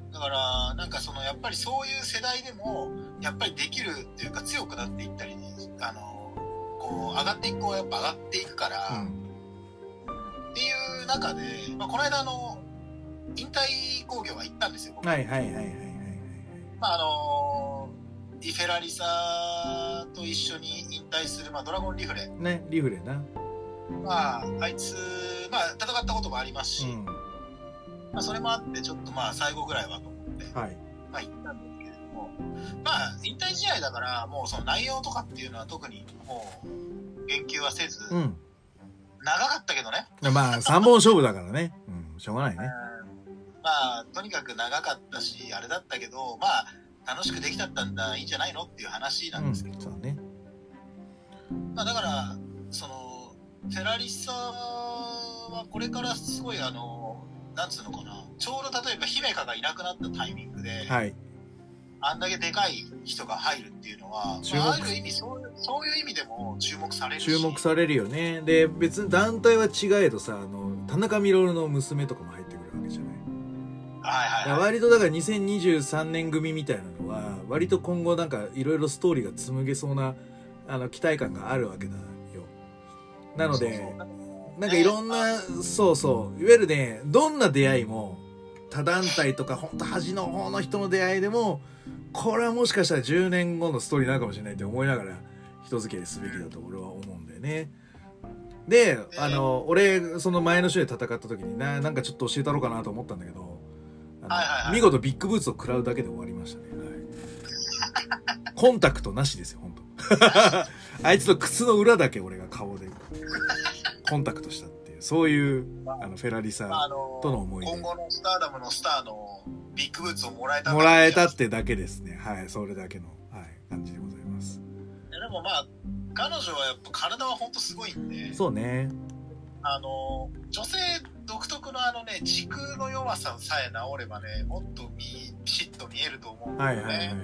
だからなんかそのやっぱりそういう世代でもやっぱりできるっていうか強くなっていったり、あのこう上がっていく子はやっぱ上がっていくから、うん、っていう中で、まあこの間あの引退興行は行ったんですよ。 はいはいはいはいはいはい。 まああのディフェラリサと一緒に引退する、まあ、ドラゴンリフレね、リフレな、 まああいつ、まあ、戦ったこともありますし、うん、まあ、それもあってちょっとまあ最後ぐらいはと思って、はい、まあ行ったんですけれども、まあ引退試合だからもうその内容とかっていうのは特にもう言及はせず、うん、長かったけどね、 まあさんぼん勝負だからね、うん、しょうがないね、 まあとにかく長かったしあれだったけど、まあ楽しくできたったんだいいんじゃないのっていう話なんですけど、うん、そうね、まあだからそのフェラリサはこれからすごいあのなんつうのかな、ちょうど例えば姫香がいなくなったタイミングで、はい、あんだけでかい人が入るっていうのは、まあ、ある意味そういう、そういう意味でも注目されるし、 注目されるよね。で別に団体は違えどさ、あの田中みろるの娘とかも入ってくるわけじゃない。はいはいはい、割とだからにせんにじゅうさんねん組みたいなのは割と今後なんかいろいろストーリーが紡げそうなあの期待感があるわけだよ。なのでそうそうなんかいろんな、そうそういわゆるね、どんな出会いも他団体とか本当端の方の人の出会いでもこれはもしかしたらじゅうねんごのストーリーなのかもしれないって思いながら人付き合いすべきだと俺は思うんだよね。であの俺その前の週で戦った時にな、なんかちょっと教えたろうかなと思ったんだけど、はいはいはい、見事ビッグブーツを食らうだけで終わりましたね、はい、コンタクトなしですよ本当あいつの靴の裏だけ俺が顔でコンタクトしたっていう、そういうあのフェラリサとの思い出、 今後のスターダムのスターのビッグブーツをもらえたもらえたってだけですね。はい、それだけの、はい、感じでございます。 でもまあ彼女はやっぱ体は本当すごいんで、 そうね、 あの女性独特のあのね軸の弱ささえ治ればね、もっとピシッと見えると思うんだよね。はいはいはいはい、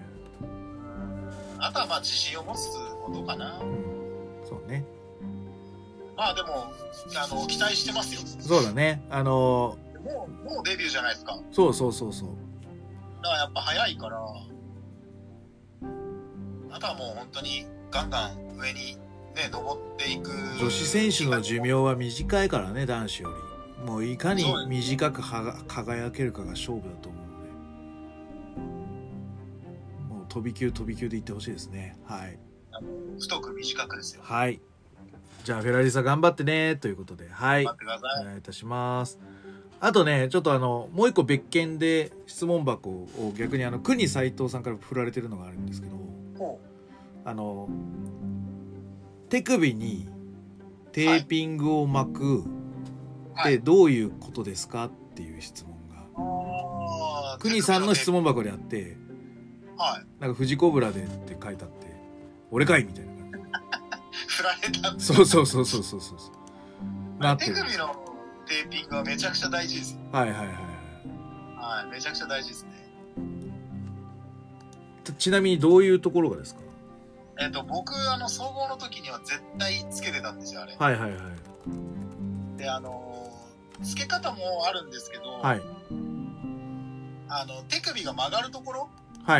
あとはまあ自信を持つことかな、うん、 そうね。 まあでもあの期待してますよ。 そうだね、あのー、もうもうデビューじゃないですか。 そうそうそうそう、 だからやっぱ早いから、あとはもう本当にガンガン上にね登っていく。 女子選手の寿命は短いからね、男子よりもういかに短くは輝けるかが勝負だと思うので、もう飛び級飛び級でいってほしいですね。はい、 あの太く短くですよ。 はい、じゃあフェラリサ頑張ってねということで、はい、 頑張ってください。 お願いいたします。あとね、ちょっとあのもう一個別件で質問箱を逆にあの国斉藤さんから振られてるのがあるんですけど、あの手首にテーピングを巻くってどういうことですかっていう質問が国さんの質問箱であって、 はい、 なんか富士コブラでって書いてあって、俺かいみたいな感じ振られた。 そうそうそうそうそうそうな手首のテーピングはめちゃくちゃ大事です。 はいはいはいはい、めちゃくちゃ大事ですね。 ちなみにどういうところがですか？ えっと僕あの総合の時には絶対つけてたんですよ、あれ。 はいはいはい。 であのつけ方もあるんですけど、 はい、 あの手首が曲がるところを、 はい、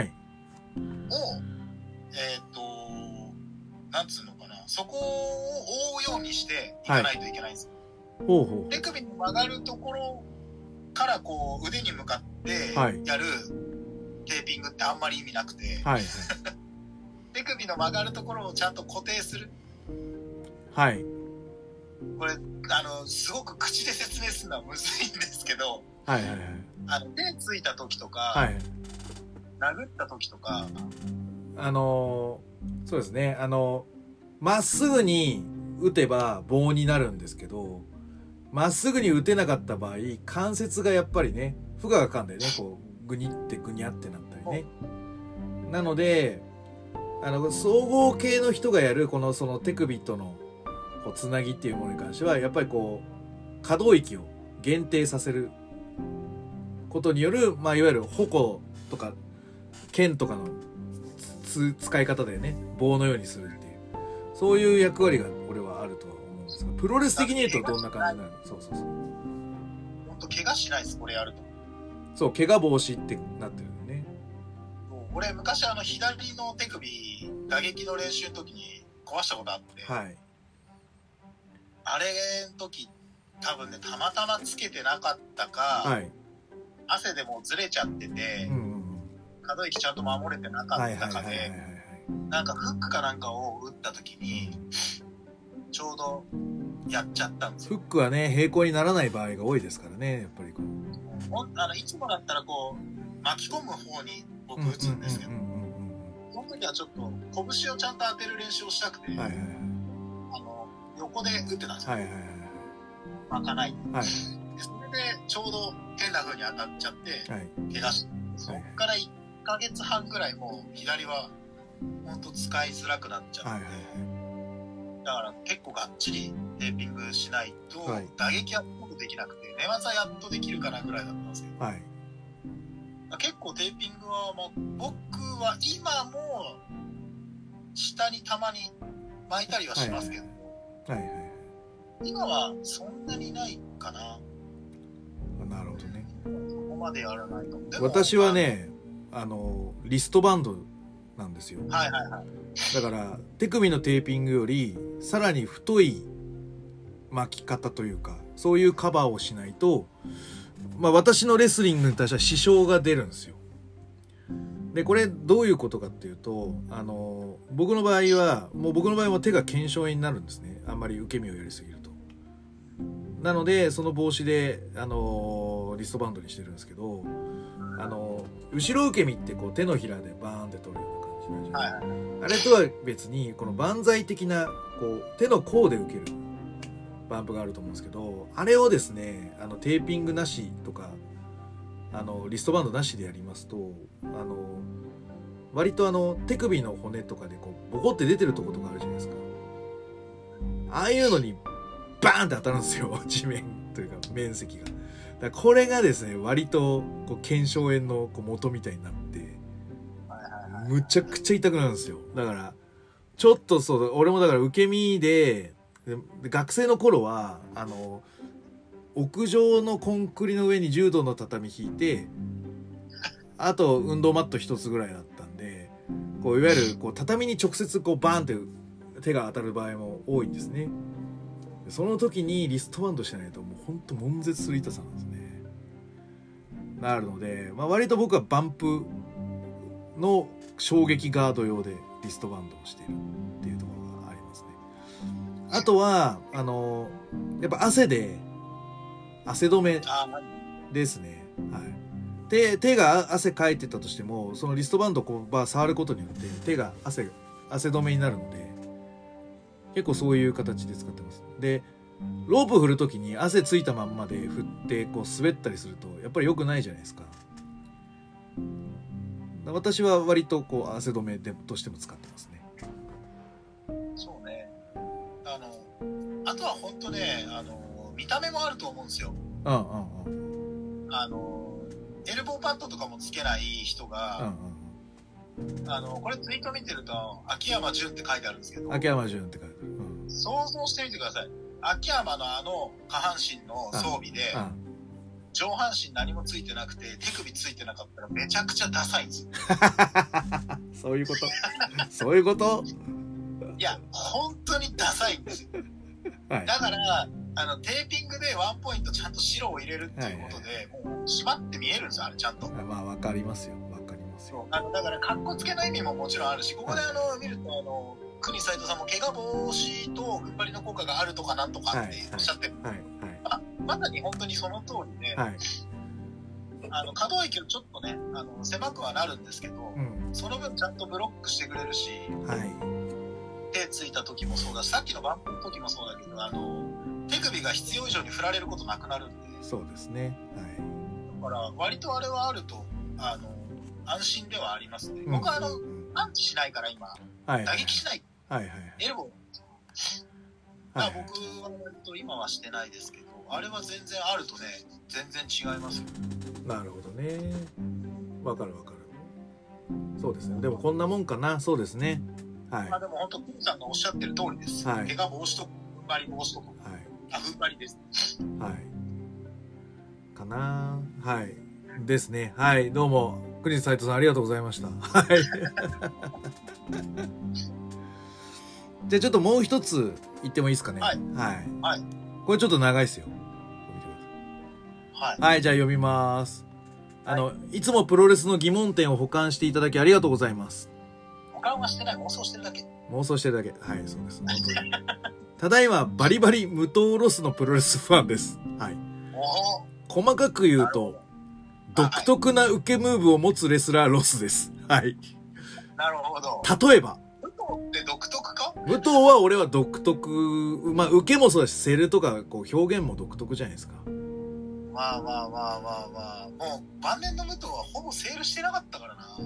えっとなんつうのかな、そこを覆うようにしていかないといけないんですよ。 はい、ほうほう。 手首の曲がるところからこう腕に向かってやるテーピングってあんまり意味なくて、はい、手首の曲がるところをちゃんと固定する。 はい。 これあのすごく口で説明するのはむずいんですけど、 はいはいはい、 あの手ついた時とか、 はい、 殴った時とかあのそうですね、あのまっすぐに打てば棒になるんですけど、まっすぐに打てなかった場合関節がやっぱりね負荷がかかんだよね、こうグニってグニャってなったりね。なのであの総合系の人がやるこのその手首とのこうつなぎっていうものに関してはやっぱりこう可動域を限定させることによる、まあ、いわゆる矛とか剣とかのつ使い方でね棒のようにするっていう、そういう役割が俺はあるとは思うんですが、プロレス的に言うとどんな感じになるの？そうそうそう。 本当怪我しないです、これやると。 そう、怪我防止ってなってるんでね。 俺昔あの左の手首打撃の練習の時に壊したことあって、 はい、 あれの時多分ねたまたまつけてなかったか、はい、汗でもずれちゃってて、うんうん、可動域ちゃんと守れてなかったかで、なんかフックかなんかを打った時にちょうどやっちゃったんですよ。 フックはね平行にならない場合が多いですからね、やっぱりこうあのいつもだったらこう巻き込む方に僕打つんですけど、その時はちょっと拳をちゃんと当てる練習をしたくて、はいはいはい、あの横で打ってたんですよ、はいはいはい、巻かないで、はい、でそれでちょうど変な風に当たっちゃって、はい、怪我して、そっからいっかげつはんぐらいもう左はほんと使いづらくなっちゃって、はいはいはい、だから結構がっちりテーピングしないと、はい、打撃はほぼできなくて寝技やっとできるかなぐらいだったんですけど、はい、結構テーピングは、まあ、僕は今も下にたまに巻いたりはしますけど、はいはいはいはい、今はそんなにないかな。 なるほどね。 そこまでやらないと。 私はね、あのリストバンドなんですよ。 はいはいはい。 だから手首のテーピングよりさらに太い巻き方というか、そういうカバーをしないと、まあ私のレスリングに対しては支障が出るんですよ。でこれどういうことかっていうと、あの僕の場合はもう僕の場合も手が腱鞘炎になるんですね、あんまり受け身をやりすぎると。なのでその防止であのリストバンドにしてるんですけど、あの後ろ受け身ってこう手のひらでバーンって取るような感じなんじゃない、はい、あれとは別にこの万歳的なこう手の甲で受けるバンプがあると思うんですけど、あれをですねあのテーピングなしとかあのリストバンドなしでやりますと、あの割とあの手首の骨とかでこうボコって出てるところとかあるじゃないですか。ああいうのにバーンって当たるんですよ、地面というか面積が。だからこれがですね割とこう腱鞘炎のこう元みたいになってむちゃくちゃ痛くなるんですよ。だからちょっとそう俺もだから受け身で、で学生の頃はあの屋上のコンクリの上に柔道の畳引いて、あと運動マット一つぐらいだったんで、こういわゆるこう畳に直接こうバーンって手が当たる場合も多いんですね。その時にリストバンドしないともうほんと悶絶する痛さなんですね。なるので、まあ、割と僕はバンプの衝撃ガード用でリストバンドをしているっていうところがありますね。あとはあのやっぱ汗で汗止めですね。はい。で手が汗かいてたとしても、そのリストバンドをこうバー触ることによって手が汗汗止めになるので、結構そういう形で使ってます。でロープ振るときに汗ついたまんまで振ってこう滑ったりするとやっぱり良くないじゃないですか。私は割とこう汗止めでとしても使ってますね。 そうね。あのあとは本当ね、あの見た目もあると思うんですよ。うんうんうん。あのエルボーパッドとかもつけない人が、うんうん、あのこれツイート見てると秋山純って書いてあるんですけど、 秋山純って書いてある、 うん、想像してみてください。秋山のあの下半身の装備で、うんうん、上半身何もついてなくて手首ついてなかったらめちゃくちゃダサいんですよ。 そういうことそういうこといや本当にダサいんですよ、はい、だからあのテーピングでワンポイントちゃんと白を入れるっていうことで、はいはい、もう縛って見えるんですよ、あれちゃんと。 まあわかりますよ、わかりますよ。 あのだからカッコつけの意味ももちろんあるし、ここであの、はい、見るとあの国斉藤さんも怪我防止と踏ん張りの効果があるとかなんとかっておっしゃってる、はいはいはい、まあ、まさに本当にその通りで、はい、 あの可動域をちょっとねあの狭くはなるんですけど、うん、その分ちゃんとブロックしてくれるし、はい、手ついた時もそうだし、さっきのバンプの時もそうだけど、あの手首が必要以上に振られることなくなるんで。 そうですね、はい、 だから割とあれはあるとあの安心ではありますね、うん、僕はあのパンチしないから今、はい、打撃しない、はいはいはい、エルボーだから僕は割と今はしてないですけど、あれは全然あるとね全然違いますよ。 なるほどね、わかるわかる。そうですね、でもこんなもんかな。そうですね、はい。 まあでも本当プーさんがおっしゃってる通りです、はい、怪我防止と踏ん張り防止とか、はい、あ踏ん張りですはいかな。はいですね。はい、どうも国西斉藤さんありがとうございました。はいじゃあちょっともう一つ言ってもいいですかね。はい、はいはい、これちょっと長いですよ。はい、はい、じゃあ読みます。あの、はい、いつもプロレスの疑問点を保管していただきありがとうございます。 保管はしてない、妄想してるだけ。 妄想してるだけ。はい、そうです。本当にただいまバリバリ無糖ロスのプロレスファンです。はい。細かく言うと独特な受けムーブを持つレスラーロスです。はい。 なるほど。 例えば。 武藤って独特か？ 武藤は俺は独特、まあ受けもそうだしセルとかこう表現も独特じゃないですか。 まあまあまあまあまあ、もう晩年の武藤はほぼセールしてなかったからな。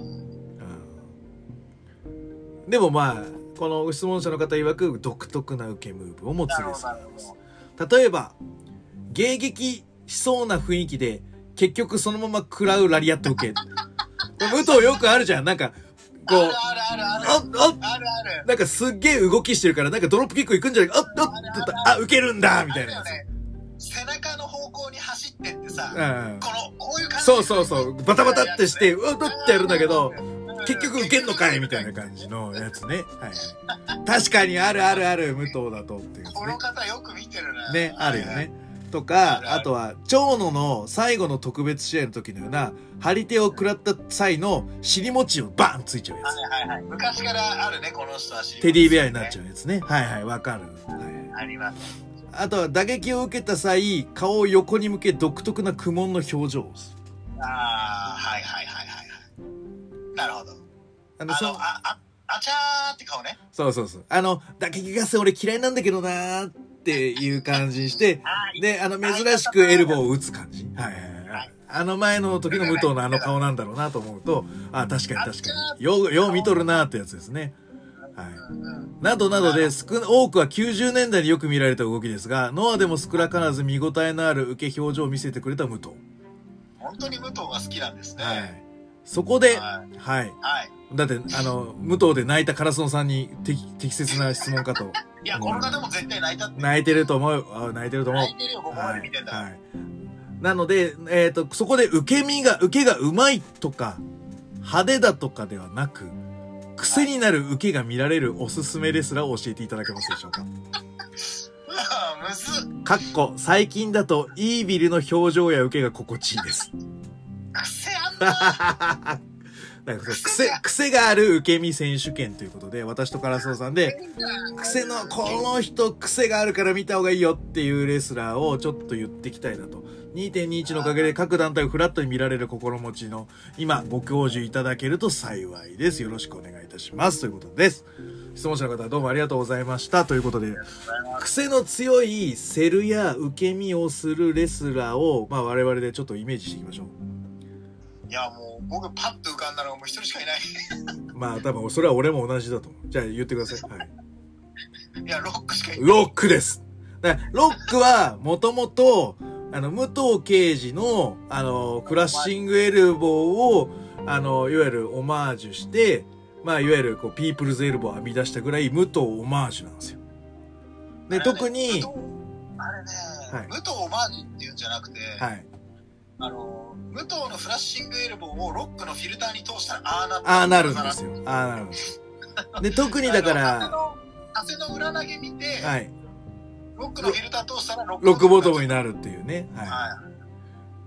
うん、でもまあこの質問者の方曰く独特な受けムーブを持つレスラーです。例えば迎撃しそうな雰囲気で結局そのまま食らうラリアット受け。武藤よくあるじゃん。なんかこうあるあるあるあるあるあるなんかすっげえ動きしてるからなんかドロップキック行くんじゃないか。あっあっあ受けるんだみたいなやつ。 背中の方向に走ってってさ、 うん、 このこういう感じそうそうそうバタバタってしてうわっってやるんだけど結局受けんのかいみたいな感じのやつね。はい、確かにあるあるある武藤だとっていう、ね、 この方よく見てるな。 ねあるよね。とかあとは長野の最後の特別試合の時のような張り手を食らった際の尻餅をバーンついちゃうやつ。 はいはいはい。昔からあるねこの人は尻餅、 ね、テディベアになっちゃうやつね。はいはいわかる。はい、 あります。 あとは打撃を受けた際顔を横に向け独特な苦悶の表情をする。 ああはいはいはいはいはい。なるほど。あのあのあああちゃーって顔ね。 そうそうそう。あの打撃合戦俺嫌いなんだけどなーっていう感じにしてであの珍しくエルボーを打つ感じ。はいはいはい。はい、あの前の時の武藤のあの顔なんだろうなと思うとあ確かに確かにようよう見とるなーってやつですね。はい、などなどで少多くはきゅうじゅうねんだいによく見られた動きですがノアでも少なからず見応えのある受け表情を見せてくれた武藤。 本当に武藤が好きなんですね。はい、 そこで、はい、はい、だってあの武藤で泣いたカラスノさんに適適切な質問かと。 いやこの方も絶対泣いたって。 泣いてると思う。あ泣いてると思う。 泣いてるよここまで見てた。はいはい、 なのでえっとそこで受け身が受けがうまいとか派手だとかではなく。癖になる受けが見られるおすすめレスラーを教えていただけますでしょうか。 むずっ。 かっこ最近だとイービルの表情や受けが心地いいです。 癖あんな。 なんか癖癖がある受け身選手権ということで私とカラスノさんで癖のこの人癖があるから見た方がいいよっていうレスラーをちょっと言ってきたいなと。にてんにいち のおかげで各団体をフラットに見られる心持ちの今ご教授いただけると幸いです。よろしくお願いいたしますということです。質問者の方どうもありがとうございましたということで癖の強いセルや受け身をするレスラーを、まあ、我々でちょっとイメージしていきましょう。 いやもう僕パッと浮かんだのがもう一人しかいない。 まあ多分それは俺も同じだと思う。じゃあ言ってください。はい、 いやロックしかいない。 ロックです。だからロックはもともとあの武藤敬司のあのクラッシングエルボーをあのいわゆるオマージュしてまあいわゆるこうピープルズエルボーを編み出したぐらい武藤オマージュなんですよ。で、ね、特にあれね、はい、武藤オマージュっていうんじゃなくて、はい、あの武藤のフラッシングエルボーをロックのフィルターに通したらああなああなるんですよ。ああなるんです。で特にだから風の裏投げ見て、 はい、 ロックのフィルター通したらロックボトムになるっていうね。はい。はい、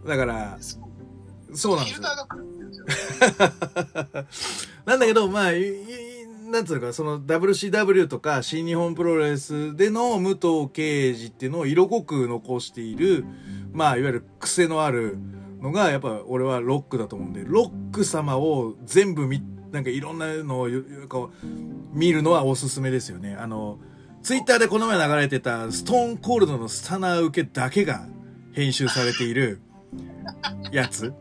だからそうなんですよ。なんだけどまあなんつうかその ダブリューシーダブリュー とか新日本プロレスでの武藤敬司っていうのを色濃く残しているまあいわゆる癖のあるのがやっぱ俺はロックだと思うんで、ロック様を全部見、なんかいろんなのをこう見るのはおすすめですよね。あの、ツイッターでこの前流れてたストーンコールドのスタナー受けだけが編集されているやつ。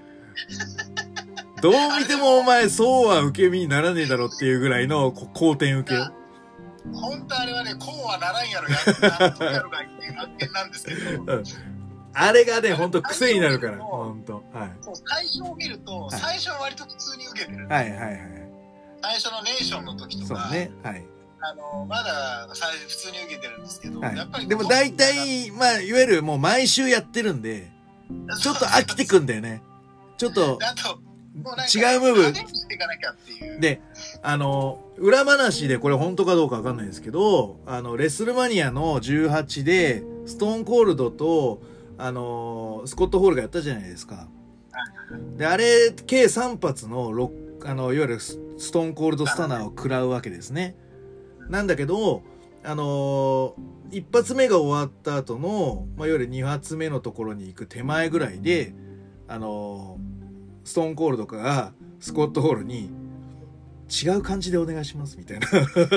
どう見てもお前そうは受け身にならねえだろっていうぐらいの好転受けを。 本当あれはね、こうはならんやろやるやるがいい案件なんですけど。うん、 あれがね、ほんと癖になるから、ほんと。はい。 そう、最初を見ると、最初は割と普通に受けてる。 はいはいはい。 最初のネーションの時とか。 そうね。はい。 あの、まだ普通に受けてるんですけど、はい、やっぱり。 でも大体、まあ、いわゆるもう毎週やってるんで、ちょっと飽きてくんだよね。ちょっと。 あと違うムーブ。で、あの、裏話でこれ本当かどうかわかんないですけど、あの、レッスルマニアのじゅうはちで、ストーンコールドと、あの、スコット・ホールがやったじゃないですか。で、あれ、計さん発のロッ、あの、いわゆるストーンコールドスタナーを食らうわけですね。なんだけど、あの、一発目が終わった後の、まあ、いわゆる二発目のところに行く手前ぐらいで、あの、ストーンコールドがスコット・ホールに違う感じでお願いしますみたいな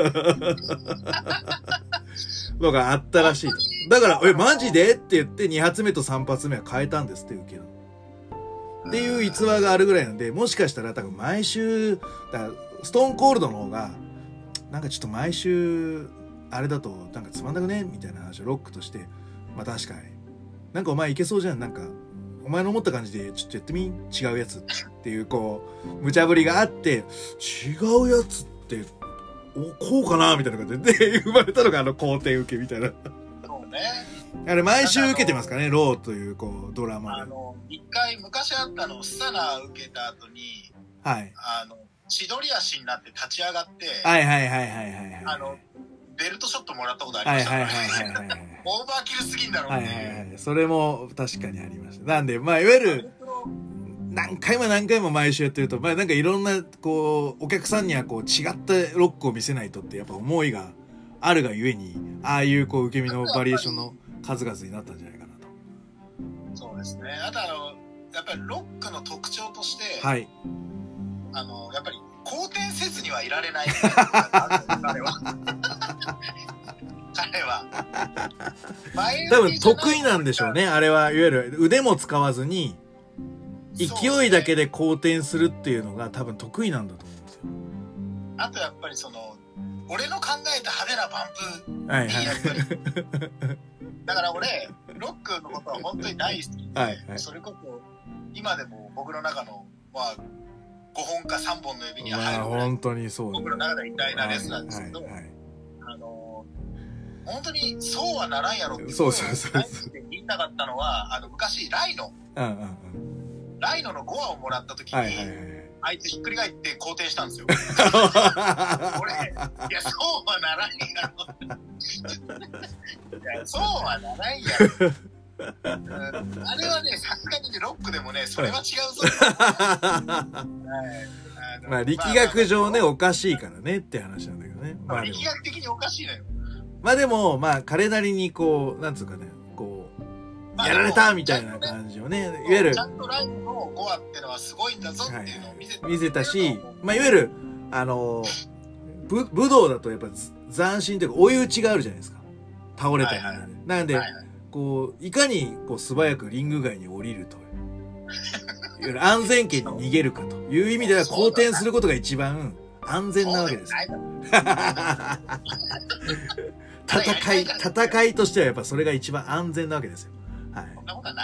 のがあったらしいと。だから、え、マジでって言ってに発目とさん発目は変えたんですって受けの。っていう逸話があるぐらいなんで、もしかしたら多分毎週、だからストーンコールドの方が、なんかちょっと毎週、あれだとなんかつまんなくねみたいな話をロックとして、まあ確かに。なんかお前いけそうじゃん、なんか。お前の思った感じでちょっとやってみ違うやつっていうこう無茶ぶりがあって違うやつっておこうかなみたいな感じで生まれたのがあの肯定受けみたいな。 そうね。 あれ毎週受けてますかね、ローというこうドラマで。 あの一回昔あったのスタナー受けた後に、 はい。 あの千鳥足になって立ち上がって、 はいはいはいはいはい、はい。 あのベルトショットもらったことありましたから、ね。はいはいはいはい、はい。オーバーキルすぎんだろうっていう。はいはいはい。 それも確かにありました。なんで、まあ、いわゆる、何回も何回も毎週やってると、まあなんかいろんな、こう、お客さんにはこう違ったロックを見せないとってやっぱ思いがあるがゆえに、ああいうこう受け身のバリエーションの数々になったんじゃないかなと。 そうですね。あとあの、やっぱりロックの特徴として、 はい。 あの、やっぱり好転せずにはいられない。彼は。彼は。 多分得意なんでしょうね。あれは、いわゆる腕も使わずに、勢いだけで好転するっていうのが多分得意なんだと思うんですよ。 あとやっぱりその、俺の考えた派手なバンプにやっぱり、はいはい、だから俺、ロックのことは本当に大好きで、はいはい、それこそ、今でも僕の中の、まあ、ごほんかさんぼんの指には入るぐらい、まあ、 本当にそう、ね、 僕の中では偉大なレスラーですけど、はいはいはい、あの本当にそうはならんやろってそうそうそう言いたかったのは、あの昔ライノ、うんうんうん、ライノのごわをもらった時に、はいはいはい、あいつひっくり返って好転したんですよ。俺、いやそうはならんやろ。いやそうはならんやろ。うん、あれはね、さすがにロックでもね、それは違うぞ。 まあ力学上ね、おかしいからねって話なんだけどね。 まあ、力学的におかしいのよ。 まあでも、まあ彼なりにこう、なんつうかね、こう、やられたみたいな感じをね、いわゆる。 ちゃんとラインのゴアってのはすごいんだぞっていうのを見せた。 見せたし、まあいわゆる、あの、ぶ武道だとやっぱ斬新というか追い打ちがあるじゃないですか。倒れたり、はいはい、なんで、はいはい、こう、いかにこう素早くリング外に降りるという。いわゆる安全圏に逃げるかという意味では好転することが一番安全なわけです。戦い、戦いとしてはやっぱそれが一番安全なわけですよ。はい。 そんなことはない。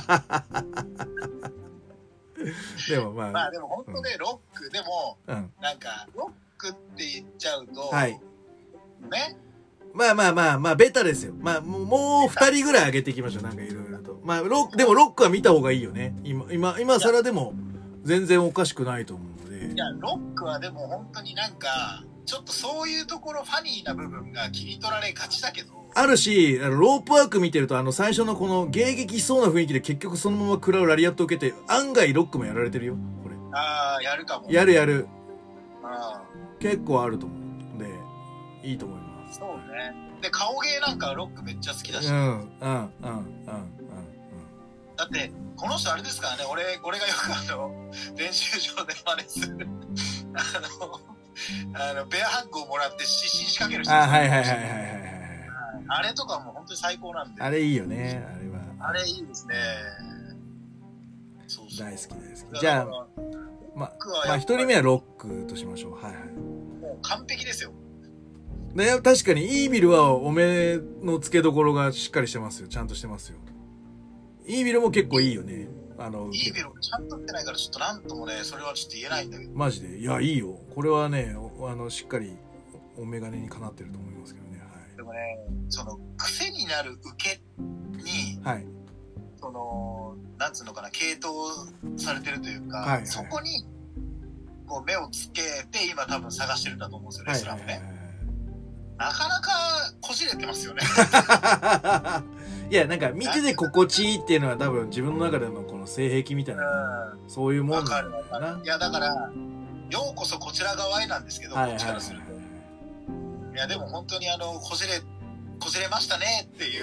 でもまあ。 まあでも本当ね、うん、ロックでも、うん、なんか、ロックって言っちゃうと、 はい。 ね。 まあまあまあまあ、ベタですよ。まあ、もう二人ぐらい上げていきましょう。なんかいろいろと。まあ、ロック、でもロックは見た方がいいよね。今、今、今更でも全然おかしくないと思うので。 いや、ロックはでも本当になんか、ちょっとそういうところファニーな部分が切り取られがちだけど。 あるし、あのロープワーク見てると、あの最初のこの迎撃しそうな雰囲気で結局そのまま食らうラリアットを受けて、案外ロックもやられてるよ、これ。 ああ、やるかも。 やるやる。 あ結構あると思うんで、いいと思います。 そうね。で、顔芸なんかロックめっちゃ好きだし。 うん、うん、うん、うん、うん。 だって、 この人あれですからね、俺俺がよくあの練習場で真似するあのあのベアハッグをもらって失神しかける人です、 あ、はいはいはいはいはいはい。 あれとかも本当に最高なんで。 あれいいよね、あれは。 あれいいですね。 そうそう大好き大好き。じゃあ、ま、まあ一人目はロックとしましょう。はいはい。 もう完璧ですよ。 ね、確かにイービルはお目の付けどころがしっかりしてますよ。ちゃんとしてますよ。イービルも結構いいよね。あの、 イービルちゃんとってないからちょっとなんともね、それはちょっと言えないんだけど。 マジでいや、いいよ。これはね、あの、しっかりお眼鏡にかなってると思いますけどね。はい。 でもね、その、癖になる受けに、はい。その、なんつうのかな、系統されてるというか、はいはいはい、そこに、こう、目をつけて、今多分探してるんだと思うんですよ、レスラーもね。はいはいはいはい、なかなかこじれてますよね。 いや、なんか見てて心地いいっていうのは多分自分の中でのこの性癖みたいな、うん、そういうもんなんだよな。 いや、だから、ようこそこちら側へなんですけど、こっちからすると。いや、でも本当にあの、こじれ、こじれましたねっていう。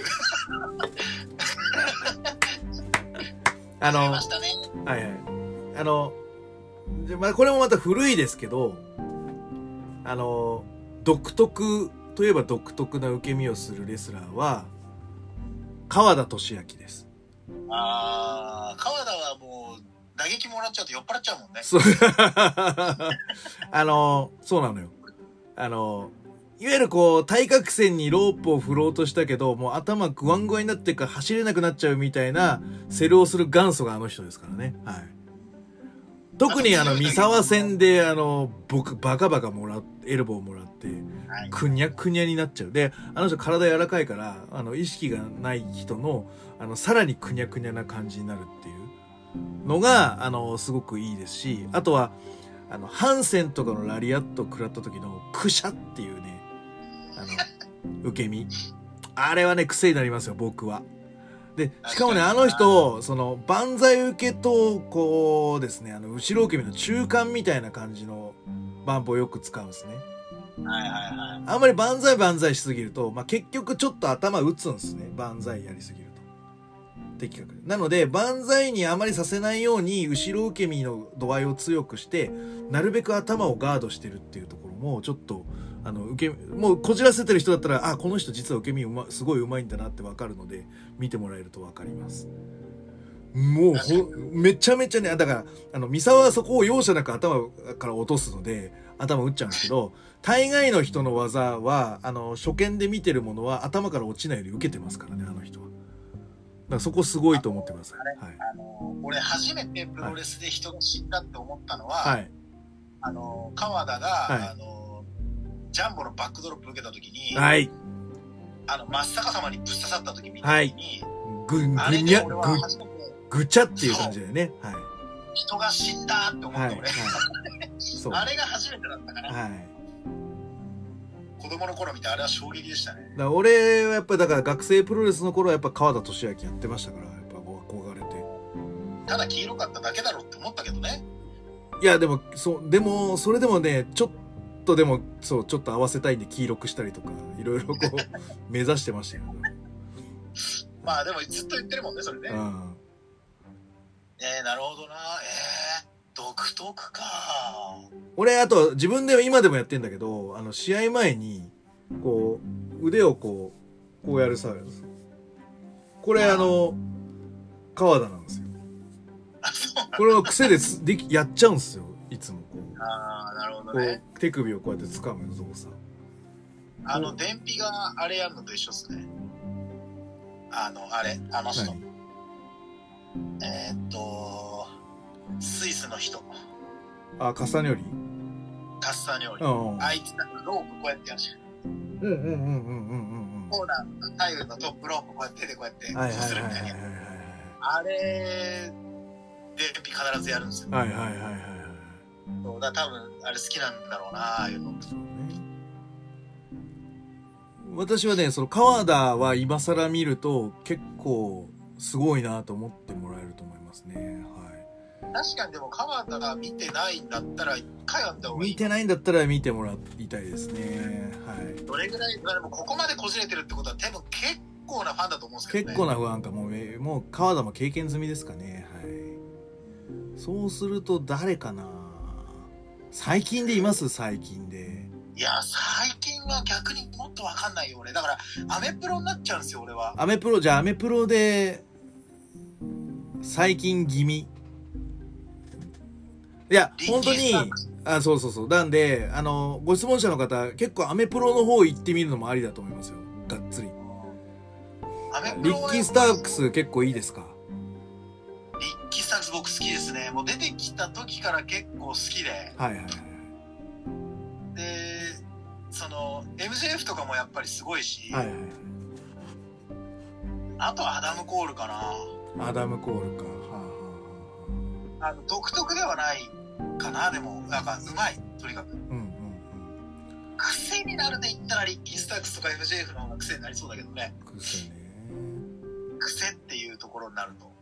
あの、ましたね。はいはい。あの、まあ、これもまた古いですけど、あの、独特といえば独特な受け身をするレスラーは、川田俊明です。 あー、川田はもう、打撃もらっちゃうと酔っ払っちゃうもんね。 そう。あの、そうなのよ。あの、いわゆるこう、対角線にロープを振ろうとしたけど、もう頭グワングワンになってから走れなくなっちゃうみたいな、セルをする元祖があの人ですからね。はい。特にあの、三沢戦であの、僕、バカバカもらって、エルボーもらって、くにゃくにゃになっちゃう。で、あの人体柔らかいから、あの、意識がない人の、あの、さらにくにゃくにゃな感じになるっていうのが、あの、すごくいいですし、あとは、あの、ハンセンとかのラリアットを食らった時の、クシャっていうね、あの、受け身。あれはね、癖になりますよ、僕は。で、しかもね、あの人、その、万歳受けと、こうですね、あの、後ろ受け身の中間みたいな感じのバンプをよく使うんですね。 はいはいはい。 あんまり万歳万歳しすぎると、まあ、結局ちょっと頭打つんですね。万歳やりすぎると。的確。なので、万歳にあまりさせないように、後ろ受け身の度合いを強くして、なるべく頭をガードしてるっていうところも、ちょっと、あの、受け、もうこじらせてる人だったら、あ、この人実は受け身うま、すごい上手いんだなってわかるので、見てもらえるとわかります。もうほ、めちゃめちゃね、だから、あの、三沢はそこを容赦なく頭から落とすので、頭打っちゃうんですけど、大概の人の技は、あの、初見で見てるものは頭から落ちないより受けてますからね、あの人は。だからそこすごいと思ってください。 あはい、あの、俺初めてプロレスで人が死んだって思ったのは、はい、あの、川田が、はい、あの、ジャンボのバックドロップ受けた時に、はい、あの、真っ逆さまにぶっ刺さった時見た時に、はい、ぐ、ぐにゃ、ぐ、 ぐちゃっていう感じだよね。はい。 人が死んだって思った俺。はいはい、あれが初めてだったから。はい。子供の頃見てあれは衝撃でしたね。 だ俺はやっぱりだから学生プロレスの頃はやっぱ川田俊明やってましたから、やっぱ憧れて。 ただ黄色かっただけだろって思ったけどね。 いやでも、そう、でも、それでもね、ちょっとでも、そう、ちょっと合わせたいんで黄色くしたりとか、いろいろこう、目指してましたよ。 まあでもずっと言ってるもんね、それね。うん。えー、なるほどな。えー、独特か。 俺、あと、自分で今でもやってんだけど、あの、試合前に、こう、腕をこう、こうやるさ、これ、あの、川田なんですよ。 あ、そうこれの癖でできやっちゃうんですよ、いつもこう。 ああ、なるほどね。 こう手首をこうやって掴む動作。 あの、電皮があれやるのと一緒っすね。あの、あれ、あの人。えー、っと、スイスの人。 あ、カスタニョリカスタニョリ。あいつなんかロープこうやってやるじゃん。 うんうんうんうんうんうんうん。 コーナー、タイルのトップロープこうやって手でこうやってこうするみたいな。あれ、電皮必ずやるんですよ。 はいはいはいはいはい。 そうだ、多分、あれ好きなんだろうな、ああいうの。そうね。 私はね、その川田は今更見ると結構すごいなと思ってもらえると思いますね。はい。 確かにでも川田が見てないんだったら一回は見た方がいい。 見てないんだったら見てもらいたいですね。はい。 どれぐらい、でもここまでこじれてるってことは多分結構なファンだと思うんですけどね。 結構なファンかもう、もう川田も経験済みですかね。はい。 そうすると誰かな。最近でいます？最近で。 いや最近は逆にもっと分かんないよ俺。だからアメプロになっちゃうんですよ俺は。 アメプロ、じゃあアメプロで最近気味。いや本当に、あ、そうそうそう。なんであのご質問者の方結構アメプロの方行ってみるのもありだと思いますよ。がっつり。 アメプロリッキー・スタークス結構いいですか？ リッキー・スタークス僕好きですね。もう出てきた時から結構好きで。 はいはいはい。 でその エムジェーエフ とかもやっぱりすごいし、 はいはいはい。 あとはアダム・コールかな。 アダム・コールか。はあはあ、あの独特ではないかな。でもなんかうまいとにかく。 うんうんうん。 癖になるで言ったらリッキー・スタークスとか エムジェーエフ の方が癖になりそうだけどね。 癖ね。 癖っていうところになると。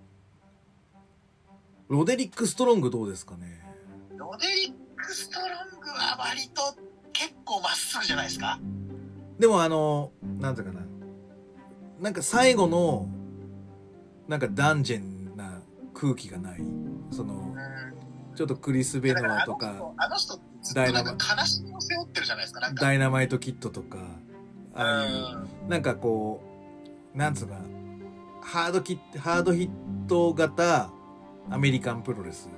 ロデリック・ストロングどうですかね？ ロデリック・ストロングは割と結構まっすぐじゃないですか。 でもあのなんていうかな、なんか最後のなんかダンジェンな空気がない。そのちょっとクリス・ベノアとかあの人ずっとなんか悲しみを背負ってるじゃないですか。なんかダイナマイト・キッドとかああいうなんかこうなんつうかハードキッハードヒット型アメリカンプロレス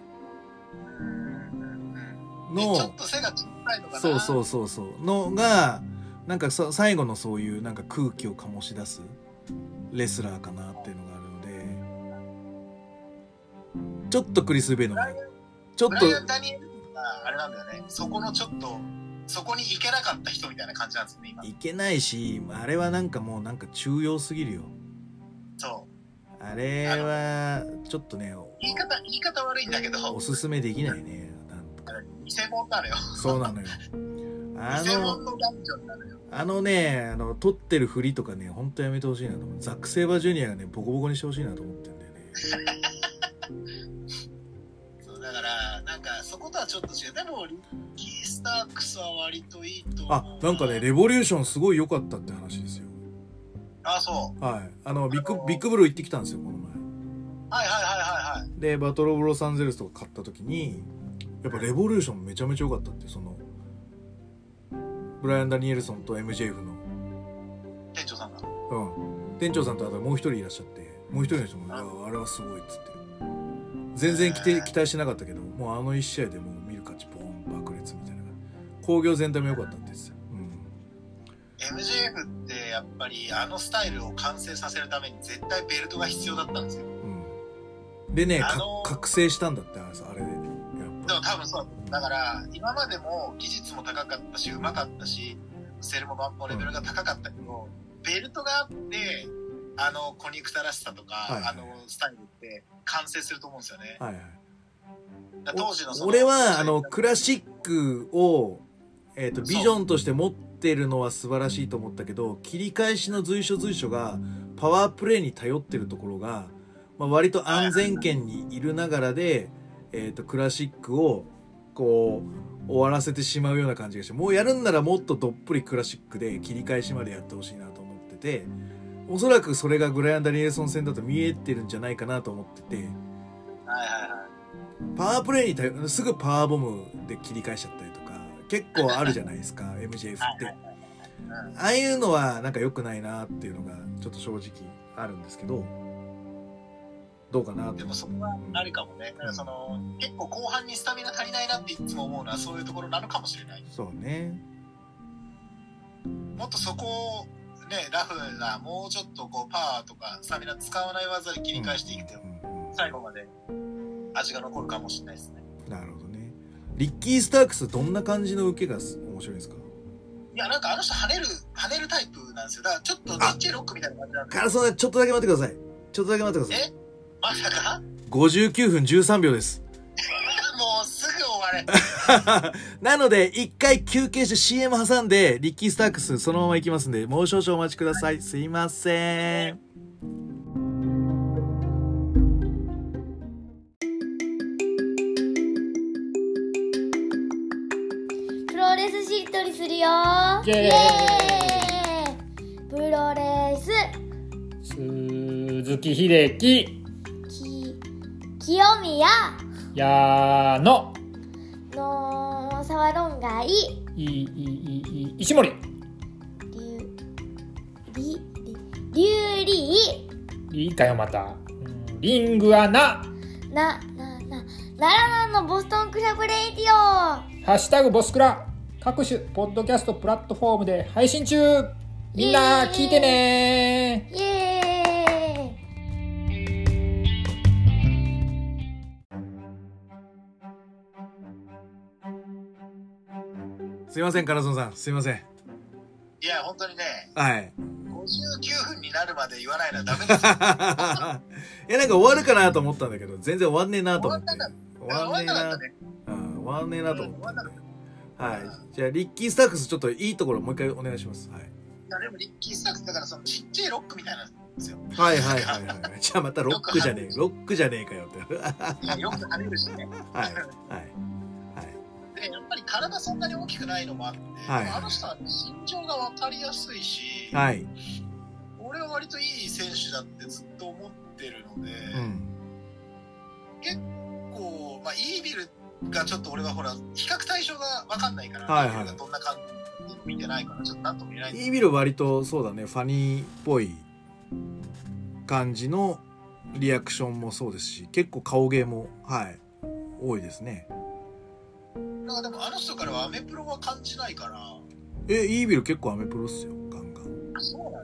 のちょっと背が小さいのかな。 そうそうそうそうのがなんかそ最後のそういうなんか空気を醸し出すレスラーかなっていうのがあるので、ちょっとクリス・ベノアちょっとブライアン・ダニエルがあれなんだよね。そこのちょっとそこに行けなかった人みたいな感じなんですよね今。 いけないし、あれはなんかもうなんか中庸すぎるよ。 そうあれはちょっとね、 言い方言い方悪いんだけどおすすめできないね。なんか偽物なのよ。 そうなのよ。あ偽物ののダンジョンなのよ。 あのね、あの撮ってる振りとかね、本当やめてほしいなと思う。ザック・セイバージュニアがねボコボコにしてほしいなと思ってるんだよね。 そうだからなんかそことはちょっと違う。でもリッキー・スタークスは割といいと思う。 あ、なんかねレボリューションすごい良かったって話ですよ。 あ、そう。 はい。あのビッグビッグブルー行ってきたんですよこの前。 はいはいはいはいはい。 でバトルオブロサンゼルスとか買った時にやっぱレボリューションめちゃめちゃ良かったって。そのブライアン・ダニエルソンと エムジェーエフ の店長さんがうん店長さんとあともう一人いらっしゃって、もう一人の人もああれはすごいっつって全然期待期待してなかったけど、もうあの一試合でもう見る価値ボーン爆裂みたいな。興行全体も良かったんですよ。うん、 エムジェーエフ ってやっぱりあのスタイルを完成させるために絶対ベルトが必要だったんですよ。 うん、でね、 あのー、 覚醒したんだってあれで。 でも多分そうだから今までも技術も高かったしうまかったしセルモバンのレベルが高かったけど、うん、ベルトがあってあのコニクタらしさとか、はいはい、あのスタイルって完成すると思うんですよね。はいはい、当時のその俺はあのクラシックを、えーと、ビジョンとして持ってるのは素晴らしいと思ったけど、切り返しの随所随所がパワープレイに頼ってるところが、まあ、割と安全圏にいるながらで、えーと、クラシックをこう終わらせてしまうような感じがして、もうやるんならもっとどっぷりクラシックで切り返しまでやってほしいなと思ってて、おそらくそれがグライアン・ダニエルソン戦だと見えてるんじゃないかなと思ってて、はいはいはい、 パワープレイに頼るすぐパワーボムで切り返しちゃったりとか結構あるじゃないですかエムジェーエフ って。ああいうのはなんか良くないなっていうのがちょっと正直あるんですけど、どうかなと。 でもそこはあるかもね。だからその、うん、結構後半にスタミナ足りないなっていつも思うのはそういうところなのかもしれない。 そうね。 もっとそこをね、ラフなもうちょっとこうパワーとかスタミナ使わない技で切り返していくと、うんうん、最後まで味が残るかもしれないですね。 なるほどね。リッキー・スタークスどんな感じの受けが面白いですか？ いやなんかあの人跳ねる跳ねるタイプなんですよ。だからちょっと ディージェー ロックみたいな感じなんで。 からそんなちょっとだけ待ってください。ちょっとだけ待ってください。 え？まさか？ ごじゅうきゅうふんじゅうさんびょうです。 もうすぐ終われ。 なので一回休憩して シーエム 挟んでリッキー・スタークスそのまま行きますんで、もう少々お待ちください。すいません。 プロレスしっとりするよー。イエーイ。プロレス鈴木秀樹、 き清宮やーののさわろんがいいいいいいい石森りゅりりりゅうりいいかよまた、うん、リングアナなななならなのボストンクラブレイディオハッシュタグボスクラ各種ポッドキャストプラットフォームで配信中みんな聞いてねイエーイ。 すいません、カラソンさん、すいません。 いや、本当にね、 はい。 ごじゅうきゅうふんになるまで言わないのはダメですよ。 いや、なんか終わるかなと思ったんだけど、全然終わんねえなと思って。 終終わんねえな。 ね、 うん、終わんねえなと思ったんで。はい。じゃあ、リッキー・スタックス、ちょっといいところもう一回お願いします。はい。いや、でもリッキー・スタックスだから、そのちっちゃいロックみたいなんですよ。 はいはいはいはい。じゃあまたロックじゃねえ、ロックじゃねえかよって。 いや、よく跳ねるしね。 はい。はい。 でやっぱり体そんなに大きくないのもあって、はい、あの人は身長が分かりやすいし、はい、俺は割といい選手だってずっと思ってるので、うん、結構、まあ、イービルがちょっと俺はほら比較対象が分かんないから、はいはい、イービルがどんな感じで見てないからちょっと何とも言えないんだけど、 イービル割とそうだね、ファニーっぽい感じのリアクションもそうですし、結構顔芸も、はい、多いですね。 だからでもあの人からはアメプロは感じないから。 え、イービル結構アメプロっすよ、ガンガン。 あ、そうなんだ。うん。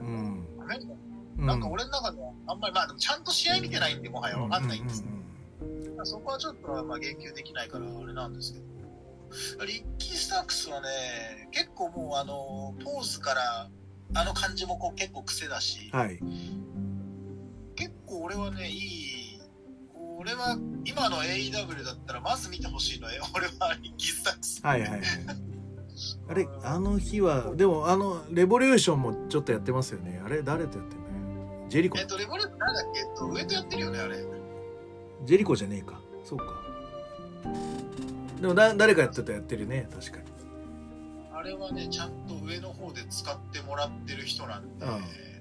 アメうん、なんか俺の中ではあんまり、まあでもちゃんと試合見てないんでもはやわかんないんですけど、うんうんうん、そこはちょっとまあ言及できないからあれなんですけど、リッキー・スタックスはね、結構もうあの、ポーズからあの感じもこう結構癖だし、はい、結構俺はね、いい、俺は今の エーイーダブリュー だったらまず見てほしいのよ。俺はリッキー・スタックス。はいはいはい。 あれ、あの日は、でもあの、レボリューションもちょっとやってますよね。あれ、誰とやってんの？ジェリコ。 えっと、レボリューションなんだっけ？えっと、上とやってるよね、あれ。 ジェリコじゃねえか。そうか。でもだ、誰かやってたやってるね、確かに。 あれはね、ちゃんと上の方で使ってもらってる人なんで。あ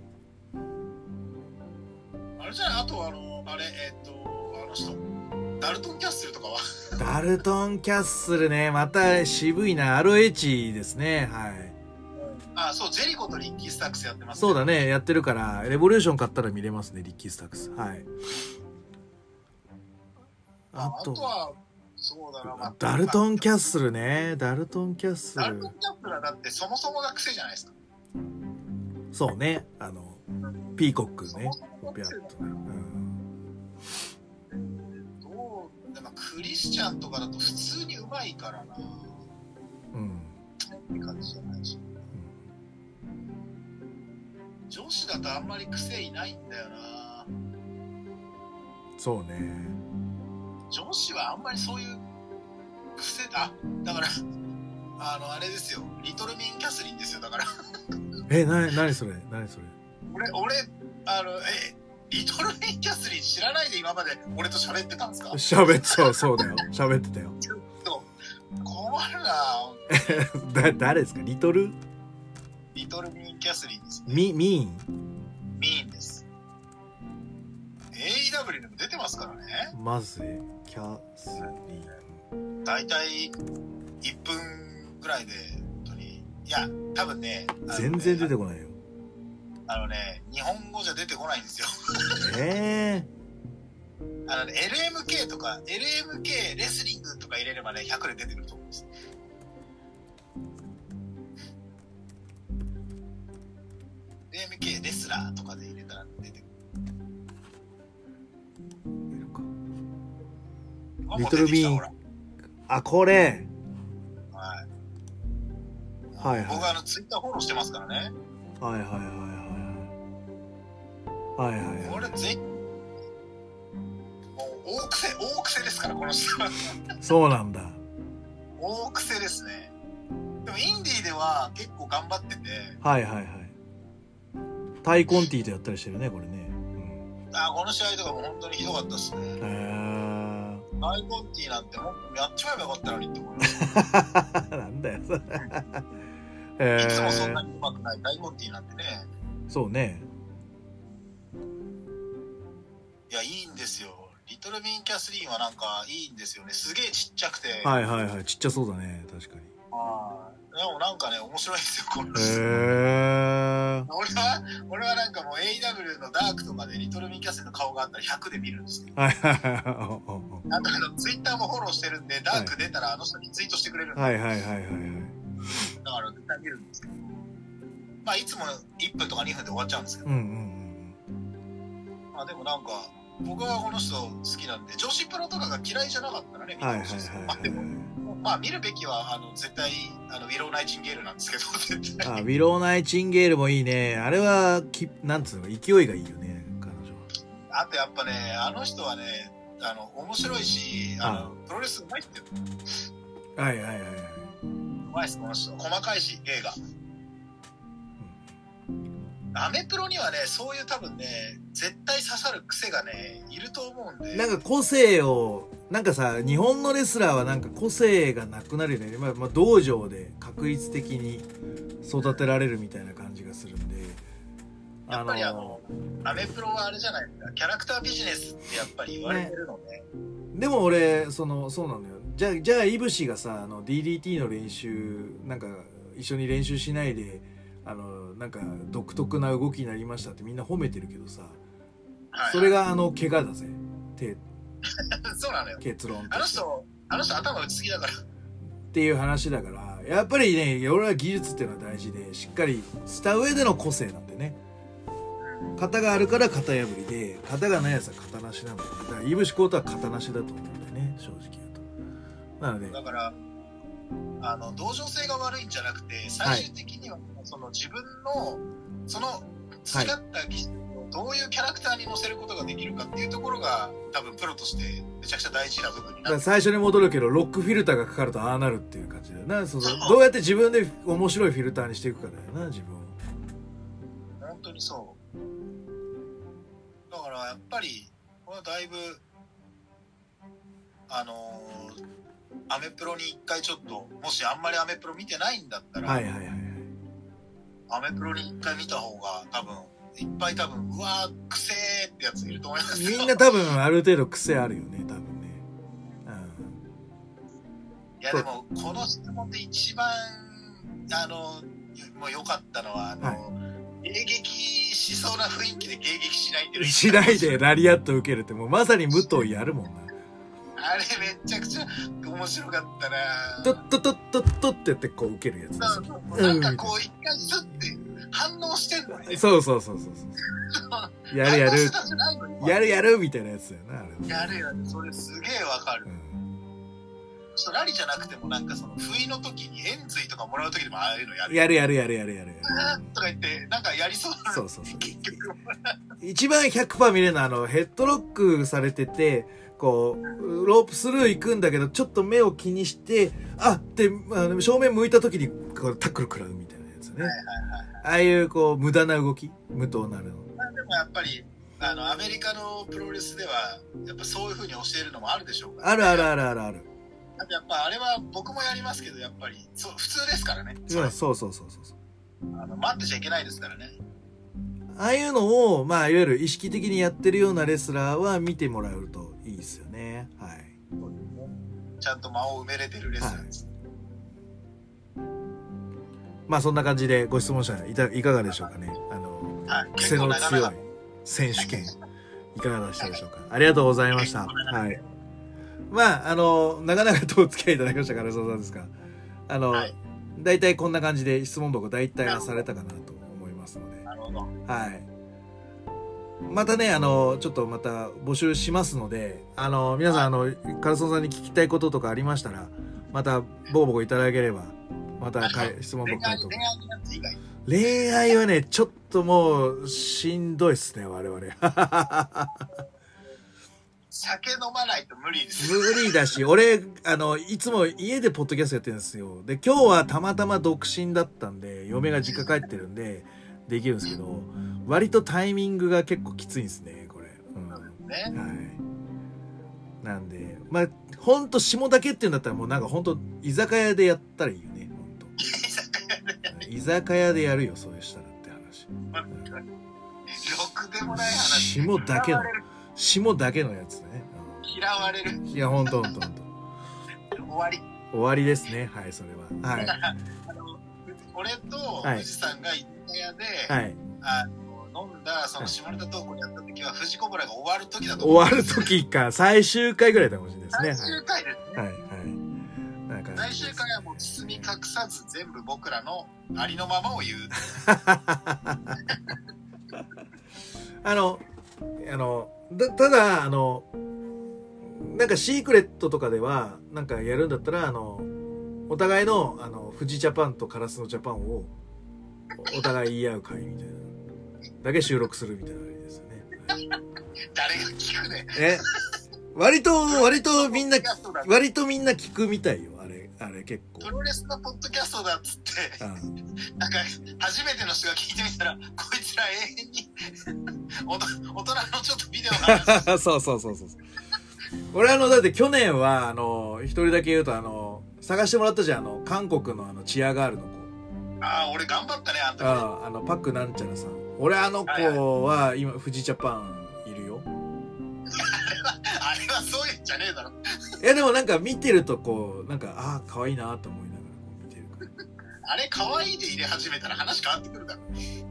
あ、あれじゃない、あとあの、あれ、えっと、ダルトン・キャッスルとかはダルトン・キャッスルね、また渋いな。 アールオーエイチ ですね。はい。 あ、そう、ジェリコとリッキー・スタックスやってます、ね、 そうだね、やってるからレボリューション買ったら見れますね、リッキー・スタックス。はい。 あと、あとはそうだな、まあ、 ダルトン・キャッスルね。ダルトン・キャッスル、 ダルトン・キャッスルはだってそもそもが癖じゃないですか。 そうね、あのピーコックね、ピャッとね、 クリスチャンとかだと普通にうまいからな。うん。って感じじゃないし。うん、女子だとあんまり癖いないんだよな。 そうね。 女子はあんまりそういう癖だ。だからあのあれですよ。リトルミン・キャスリンですよ。だから。 え、なになにそれ？なにそれ？ 俺俺あのえ。リトルミン・キャスリン知らないで今まで俺と喋ってたんですか？ 喋ってそうそうだよ。喋ってたよ。 ちょっと困るな。 だ誰ですか？リトル？ リトルミン・キャスリンです、ね。 ミミーン？ ミーンです。エーイーダブリュー でも出てますからね。 まずキャスリン。だいたいいっぷんぐらいで本当にいや多分ね。 全然出てこないよ。 あのね、日本語じゃ出てこないんですよ。 えー、あのね、エルエムケー とか エルエムケー レスリングとか入れればねひゃくで出てくると思うんです。エルエムケー レスラーとかで入れたら出てくる。 リトルビーン。あ、これ。 はい。 はいはい。 僕はあのツイッターフォローしてますからね。 はいはいはいはいはいはいはい。 これぜもう大癖大癖ですからこの人。 そうなんだ。 大癖ですね。でもインディーでは結構頑張ってて。 はいはいはい。タイコンティとやったりしてるねこれね。 うん、あこの試合とかも本当にひどかったですね。へえ。 タイコンティなんてもうやっちまえばよかったのにって思いました。 なんだよ。 えー、いつもそんなにうまくないタイコンティなんてね。 そうね。 いやいいんですよリトルミンキャスリーンはなんかいいんですよね。すげえちっちゃくて。 はいはいはい。ちっちゃそうだね。確かに。 ああ。でもなんかね、面白いんですよ、この人。 へー。 俺は、俺はなんかもう エーイーダブリュー のダークとかでリトルミンキャスリーンの顔があったらひゃくで見るんですけど。 はいはいはい。 なんかあの、ツイッターもフォローしてるんで、ダーク出たらあの人にツイートしてくれるんで。 はいはいはいはいはい。 だから絶対見るんですけど。まあいつもいっぷんとかにふんで終わっちゃうんですけど。 うんうんうん。 まあでもなんか、僕はこの人好きなんで、女子プロとかが嫌いじゃなかったらね、見てほしいです。まあでも、まあ見るべきは、あの、絶対、あの、ウィロー・ナイチンゲールなんですけど、絶対。 あ、ウィロー・ナイチンゲールもいいね。あれは、きなんつうの、勢いがいいよね、彼女は。 あとやっぱね、あの人はね、あの、面白いし、あの、プロレスうまいってよ。 はいはいはいはい。 うまいっす、この人。細かいし、映画。アメプロにはね、そういう多分ね、絶対刺さる癖がね、いると思うんで。 なんか個性を、なんかさ、日本のレスラーはなんか個性がなくなるよね。まあ、まあ、道場で確率的に育てられるみたいな感じがするんで。 やっぱりあの、アメプロはあれじゃないですか、キャラクタービジネスってやっぱり言われてるので。ね、 でも俺、その、そうなのよ。じゃあ、じゃあ、イブシがさ、あの、ディーディーティー の練習、なんか、一緒に練習しないで、あのなんか独特な動きになりましたってみんな褒めてるけどさ、はい、それがあの怪我だぜ手そうなのよ、 結論あの人あの人頭打ちすぎだからっていう話だから、やっぱりね、俺は技術っていうのは大事で、しっかりした上での個性なんでね。型があるから型破りで、型がないやつは型なしなんだよね。だからイブシコートは型なしだと思うんだよね、正直言うと。なのでだからあの同情性が悪いんじゃなくて、最終的にはその自分のその培った技術をどういうキャラクターに乗せることができるかっていうところが多分プロとしてめちゃくちゃ大事な部分になる。 最初に戻るけど、ロックフィルターがかかるとああなるっていう感じだよな。そのどうやって自分で面白いフィルターにしていくかだよな、自分を。 本当にそう。だからやっぱりこれはだいぶあのーアメプロに一回ちょっと、もしあんまりアメプロ見てないんだったら、 はいはいはいはい、 アメプロに一回見た方が多分いっぱい多分うわーくせーってやついると思いますよ。 みんな多分ある程度癖あるよね、多分ね、 うん、いやでもこの質問で一番あのもう良かったのはあの、はい、迎撃しそうな雰囲気で迎撃しないっていうしないでラリアット受けるって、もうまさに武藤やるもんな。 あれめちゃくちゃ面白かったな。 トットトットットってやってこう受けるやつ。 そうそう、なんかこう一回スッて反応してんのね。 そうそうそうそうそう。やるやる。やるやるみたいなやつだよな、あれ。 やるやる。それすげえわかる。うん、ラリじゃなくてもなんかその不意の時に円髄とかもらう時でもああいうのやる。 やるやるやるやるやる。 とか言ってなんかやりそうなの。 そうそうそう。結局一番 ひゃくパーセント 見れるのはあのヘッドロックされてて、こうロープスルー行くんだけどちょっと目を気にしてあってあの正面向いた時にこうタックル食らうみたいなやつね。はいはいはい、ああいうこう無駄な動き、無糖なるの。 まあ、でもやっぱりあのアメリカのプロレスではやっぱそういう風に教えるのもあるでしょうから、ね。 あるあるあるあるある。 あとやっぱあれは僕もやりますけどやっぱりそう普通ですからね。 そうそうそうそうそう。 あの待ってちゃいけないですからね。 ああいうのをまあいわゆる意識的にやってるようなレスラーは見てもらうといいですよね。はい。 ちゃんと間を埋めれてるレスラーです。 はい、まあそんな感じでご質問者いたいかがでしょうかね。あの、はい、癖の強い選手権いかがでしたでしょうか。ありがとうございました。はい。まああの長々とお付き合いいただきましたからそうなんですが、あの、はい、だいたいこんな感じで質問箱大体されたかなと思いますので。 なるほど。 はい。またね、あの、ちょっとまた募集しますので、あの、皆さん、あの、カルソンさんに聞きたいこととかありましたら、また、ボコボコいただければ、またかい質問箱回答。恋愛はね、ちょっともう、しんどいっすね、我々。 酒飲まないと無理です。 無理だし、俺、あの、いつも家でポッドキャストやってるんですよ。で、今日はたまたま独身だったんで、嫁が実家帰ってるんで、できるんですけど、割とタイミングが結構きついんですね、これ。うん。 ね。 はい。なんで、まあ、ほんと下だけっていうんだったらもうなんかほんと居酒屋でやったらいいよね、ほんと。 居酒屋で居酒屋でやるよ、そうしたらって話。 ろくでもない話。 下だけの、下だけのやつね。 嫌われる。 いや、ほんとほんとほんと。 終わり。 終わりですね。はい、それは。はい。 あの俺と富士山が居酒屋で、 はい。 あの飲んだその下ネタトークにやった時は、富士コブラが終わる時だと思う。 終わる時か、最終回ぐらいかもしれないですね。 最終回ですね。 はい、はい。なんか最終回はもう包み隠さず全部僕らのありのままを言う。 あの、あの、だただ、あの、なんかシークレットとかでは、なんかやるんだったら、あの、お互いの、あの、富士ジャパンとカラスのジャパンを、お互い言い合う会みたいな。だけ収録するみたいなあれですよね。はい、 誰が聞くね。 え、割と、割とみんな、割とみんな聞くみたいよ、あれ、あれ結構。 プロレスのポッドキャストだっつって、 ああなんか、初めての人が聞いてみたら、こいつら永遠におと、大人のちょっとビデオの話。 そうそうそうそう。俺あの、だって去年は、あの、一人だけ言うと、あの、探してもらったじゃん、あの、韓国のあの、チアガールの子。 ああ、俺頑張ったね、あの時。 ああ、あの、パクなんちゃらさん。俺あの子は、今、富士ジャパンいるよ。 あれはそういうんじゃねえだろ。 いや、でもなんか見てると、こう、なんか、ああ、可愛いなと思いながらこう見てるから。 あれ、可愛いで入れ始めたら話変わってくるだろ。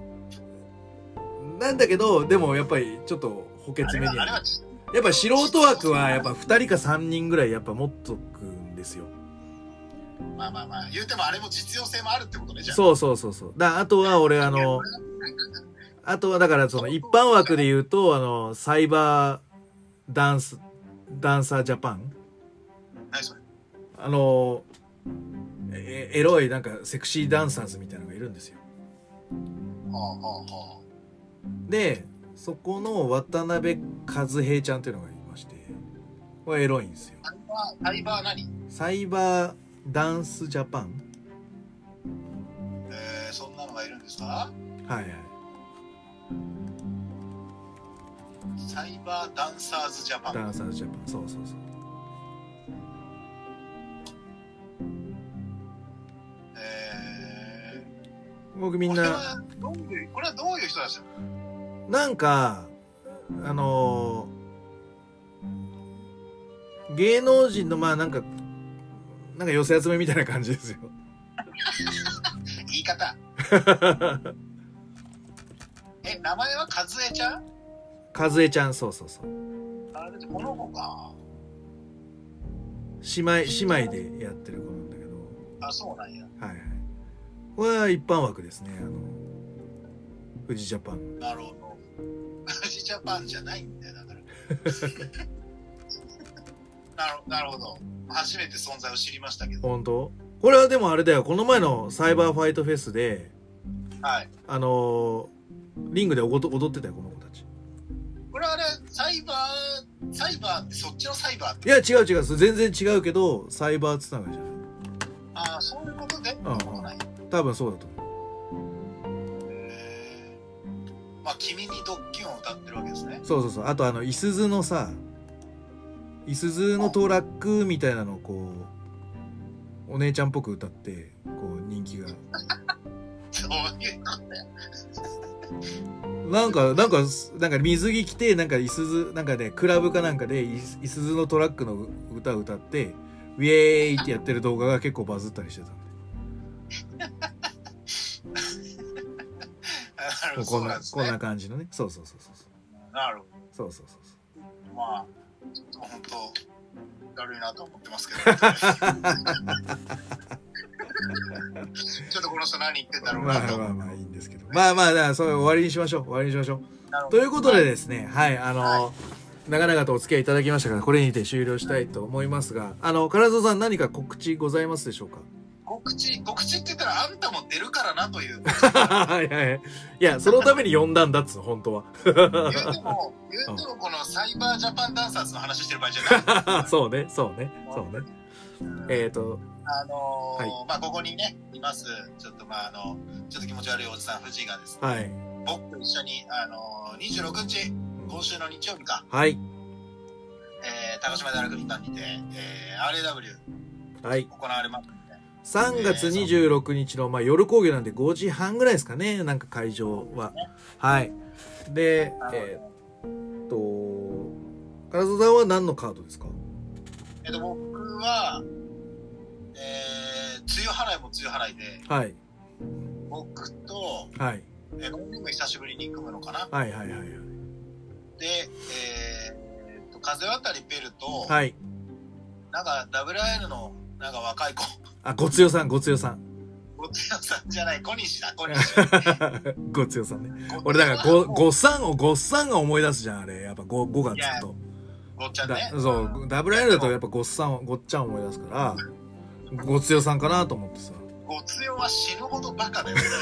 なんだけど、でもやっぱり、ちょっと補欠メニュー。 あれは、あれはやっぱ素人枠はやっぱふたりかさんにんぐらいやっぱ持っとくんですよ。 まあまあまあ、言うてもあれも実用性もあるってことね、じゃあ。 そうそうそうそう。だあとは俺あの、あとはだからその一般枠で言うと、あの、サイバーダンス、ダンサージャパン。 何それ？ あの、えエロいなんかセクシーダンサーズみたいなのがいるんですよ。 はあはあはあ。 で、そこの渡辺和平ちゃんっていうのがいまして、これエロいんですよ。 サイバー、サイバー何？ サイバーダンスジャパン。 えー、そんなのがいるんですか？ はいはい。 サイバーダンサーズジャパン。 ダンサーズジャパン。そうそうそう。 えー、 僕みんな、 これはどういう、これはどういう人たち？ なんか、あのー、芸能人のまあなんか、なんか寄せ集めみたいな感じですよ。 言い方。え、名前は和江ちゃん？ 和江ちゃん、そうそうそう。 あれ、この子か。 姉妹、姉妹でやってる子なんだけど。 あ、そうなんや。 はいはい。これは一般枠ですね、あの、富士ジャパン。 なるほど。富士ジャパンじゃないんだよ、だから。なる、なるほど。初めて存在を知りましたけど。 本当？これはでもあれだよ、この前のサイバーファイトフェスで、 はい。 あのー、リングで踊ってたよ、この子たち。 これあれ、サイバー、サイバーってそっちのサイバーって？ いや、違う違う、全然違うけど、サイバーつながりじゃない。 ああ、そういうことで？ うん、多分そうだと思う。 へー。まあ、君にドッキンを歌ってるわけですね。 そうそうそう。あと、あの、いすゞのさ、いすゞのトラックみたいなのをこう、お姉ちゃんっぽく歌って、こう、人気が。 そういうことだよ。 なんか、なんか、なんか水着着て、なんかいすゞ、なんかね、クラブかなんかでいすゞのトラックの歌を歌って、ウェーイってやってる動画が結構バズったりしてたんで。こんな、こんな感じのね。そうそうそうそう。 なるほど。 そうそうそうそう。 まあ、ちょっと本当、だるいなと思ってますけど。ちょっとこの人何言ってんだろうなと。 まあまあまあいいんですけど。まあまあ、だからそれ終わりにしましょう。終わりにしましょう。ということでですね、はい、はい、あの、はい、長々とお付き合いいただきましたから、これにて終了したいと思いますが、あの、唐沢さん何か告知ございますでしょうか？ 告知、告知って言ったらあんたも出るからなという。 はいはい。いや、そのために呼んだんだっつう、本当は。 言うても、言うてもこのサイバージャパンダンサーズの話してる場合じゃない。 そうね、そうね、そうね。えっと、 あのーはい、まあここにね、います、ちょっとまああの、ちょっと気持ち悪いおじさん、藤井がですね、はい、僕と一緒に、あのー、にじゅうろくにち、今週の日曜日か、はい、えー、高島大学ビンタンにて、えー、アールエーダブリュー、はい、行われますので、さんがつにじゅうろくにちの、まあ、夜講義なんでごじはんぐらいですかね、なんか会場は。ね、はい。で、えー、っと、 唐沢さんは何のカードですか？ えっと、僕は、えー、梅雨払いも梅雨払いで、 はい。 僕と、 はい。 えー、ノンリング久しぶりに組むのかな。 はいはいはいはい。 で、えー、っと、風渡りペルと、 はい。 なんか ダブリューアイエル のなんか若い子。 あ、ごつよさん、ごつよさん。 ごつよさんじゃない、小西だ、小西。 ごつよさんね。俺だからご、ごっさんを、ごっさんが思い出すじゃん、あれ。やっぱご、ごがつくと。 ごっちゃんね。 そう、ダブリューアイエル だとやっぱごっさん、ごっちゃん思い出すから、ごつよさんかなと思ってさ。 ごつよは死ぬほどバカだよね。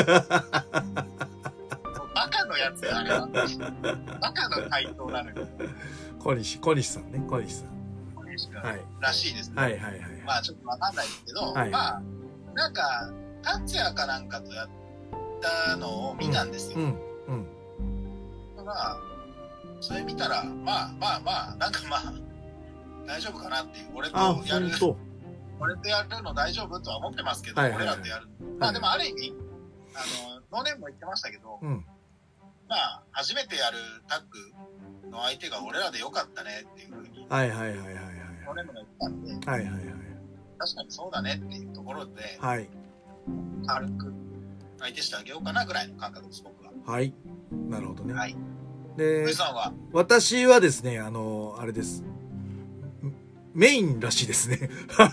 バカのやつよ、あれは。バカの回答なのよ。 小西、小西さんね、小西さん。 小西君らしいですね。 はいはいはい。 まあちょっとわかんないですけど、はい、まあ、なんか、達也かなんかとやったのを見たんですよ。うん。うん。だから、それ見たら、まあまあまあ、なんかまあ、大丈夫かなっていう。俺とやる。俺とやるの大丈夫とは思ってますけど、はいはいはい、俺らとやる。まあでもある意味、あの、ノーネンも言ってましたけど、うん、まあ、初めてやるタッグの相手が俺らでよかったねっていうふうに、 はいはいはいはいはい。 ノーネンも言ったんで、 はいはいはい。 確かにそうだねっていうところで、 はい、 軽く相手してあげようかなぐらいの感覚です、僕は。 はい。なるほどね。 はい。 で、 藤さんは私はですね、あの、あれです。メインらしいですね。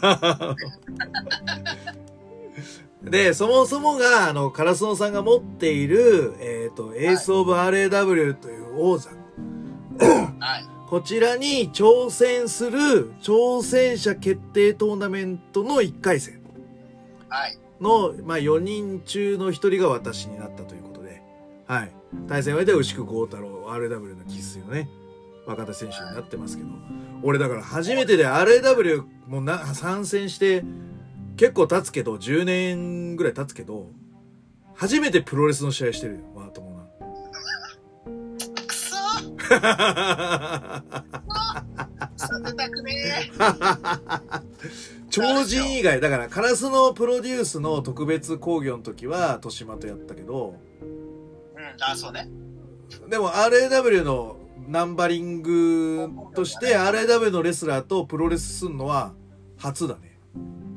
で、そもそもが、あの、カラスノさんが持っている、えっと、エースオブ アールエーダブリュー という王座。はい。こちらに挑戦する挑戦者決定トーナメントのいっかい戦。はい。の、まあ、よにん中のひとりが私になったということで、はい。対戦相手は牛久幸太郎、アールエーダブリュー の生粋のね、若手選手になってますけど、俺だから初めてで アールエーダブリュー もな参戦して結構経つけど、じゅうねんぐらい経つけど、初めてプロレスの試合してるよ、まあともな。 くそーさせたくねー超人以外、だからカラスのプロデュースの特別興行の時は豊島とやったけど、 うん、あ、そうね。 でも アールエーダブリュー のナンバリングとして アールエーダブリュー のレスラーとプロレスすんのは初だね。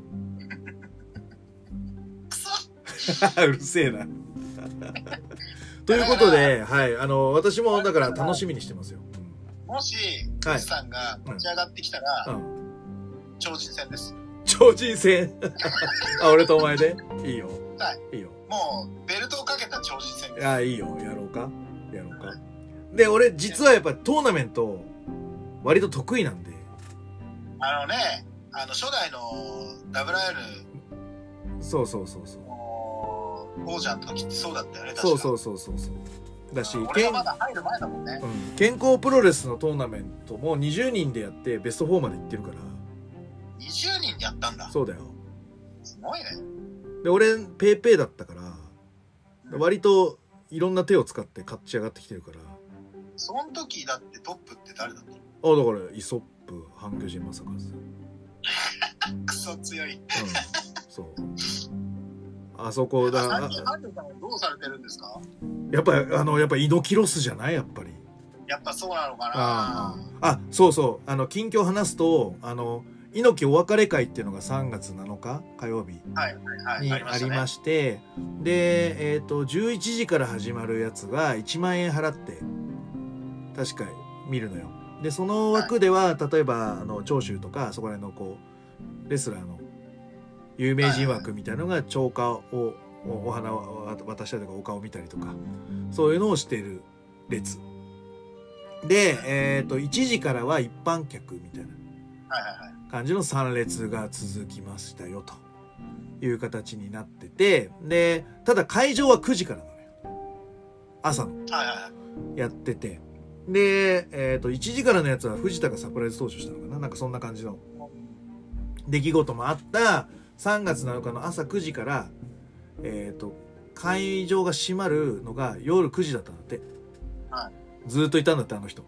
うるせえな。ということで、はい、あの、私もだから楽しみにしてますよ。 もし、クリスさんが立ち上がってきたら、うんうん、超人戦です。 超人戦あ、俺とお前でいいよ。 はい。 いいよ。 もう、ベルトをかけた超人戦です。 あ、いいよ。やろうか。やろうか。で、俺、実はやっぱりトーナメント、割と得意なんで。 あのね、あの、初代の ダブリューアイエル、 そうそうそうそう。 王者の時ってそうだったよね、確か。 そうそうそうそうそう。だし、 俺がまだ入る前だもんね。 うん。健康プロレスのトーナメントもにじゅうにんでやってベストよんまで行ってるから。 にじゅうにんでやったんだ。 そうだよ。 すごいね。 で、俺、ペーペーだったから、うん、割といろんな手を使って勝ち上がってきてるから。 その時だってトップって誰だったの？ あ、だから、イソップ、半魚人正和。 クソ強い。うん。 そう。あそこだ。 最近ハンジョさんはどうされてるんですか？ やっぱ、あの、やっぱ猪木ロスじゃないやっぱり。 やっぱそうなのかな。 ああ、そうそう。あの、近況話すと、あの、猪木お別れ会っていうのがさんがつなのか火曜日にありまして、で、えっと、じゅういちじから始まるやつがいちまんえん払って、確か見るのよ。で、その枠では、例えば、あの、長州とか、そこら辺のこう、レスラーの有名人枠みたいなのが超過を、お花を渡したりとか、お顔見たりとか、そういうのをしている列。で、えっと、いちじからは一般客みたいな感じのさん列が続きましたよ、という形になってて、で、ただ会場はくじからなのよ。朝の。やってて。で、えっと、いちじからのやつは藤田がサプライズ登場したのかな、なんかそんな感じの出来事もあったさんがつなのかの朝くじから、えっと、会場が閉まるのが夜くじだったんだって。はい、ずーっといたんだって、あの人。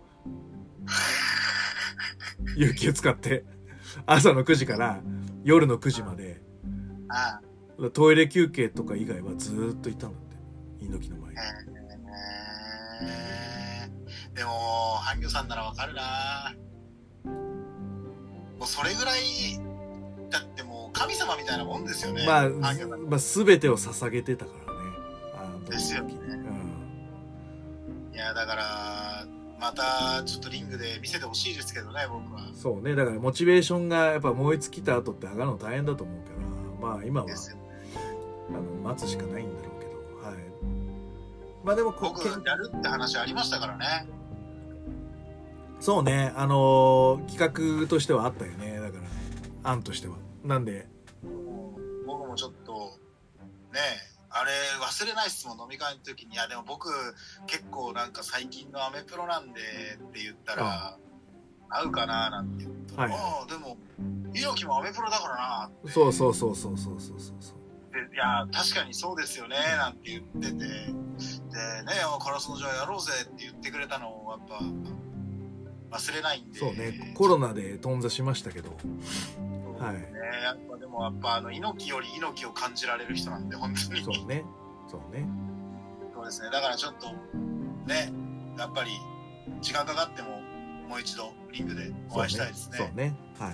有給使って。朝のくじから夜のくじまで。ああ、トイレ休憩とか以外はずーっといたんだって。猪木の前に。 えー、 でもハンギョさんならわかるな。もうそれぐらいだってもう神様みたいなもんですよね。 まあ、 ハンギョさんまあ、全てを捧げてたからね。あのですよね。うん、いやだからまたちょっとリングで見せてほしいですけどね、僕は。 そうね、だからモチベーションがやっぱ燃え尽きた後って上がるの大変だと思うから、まあ今は、ね、あの待つしかないんだろうけど、はい。まあでも僕やるって話ありましたからね。 そうね、あのー、企画としてはあったよね。だから案としては。なんで僕もちょっとね、あれ忘れないっすもん、飲み会の時に。いやでも僕結構なんか最近のアメプロなんでって言ったら、合うかななんて言ったら、はい、ああでも猪木もアメプロだからなって。 そうそうそうそうそうそうそうで、いや確かにそうですよねなんて言ってて、でね、カラスのじゃあやろうぜって言ってくれたのをやっぱ忘れないんで。 そうね、コロナで頓挫しましたけど、 はいね、やっぱでもやっぱあの猪木より猪木を感じられる人なんで本当に。 そうねそうねそうですね。だからちょっとね、やっぱり時間かかってももう一度リングでお会いしたいですね。 そうね、そうね、はい。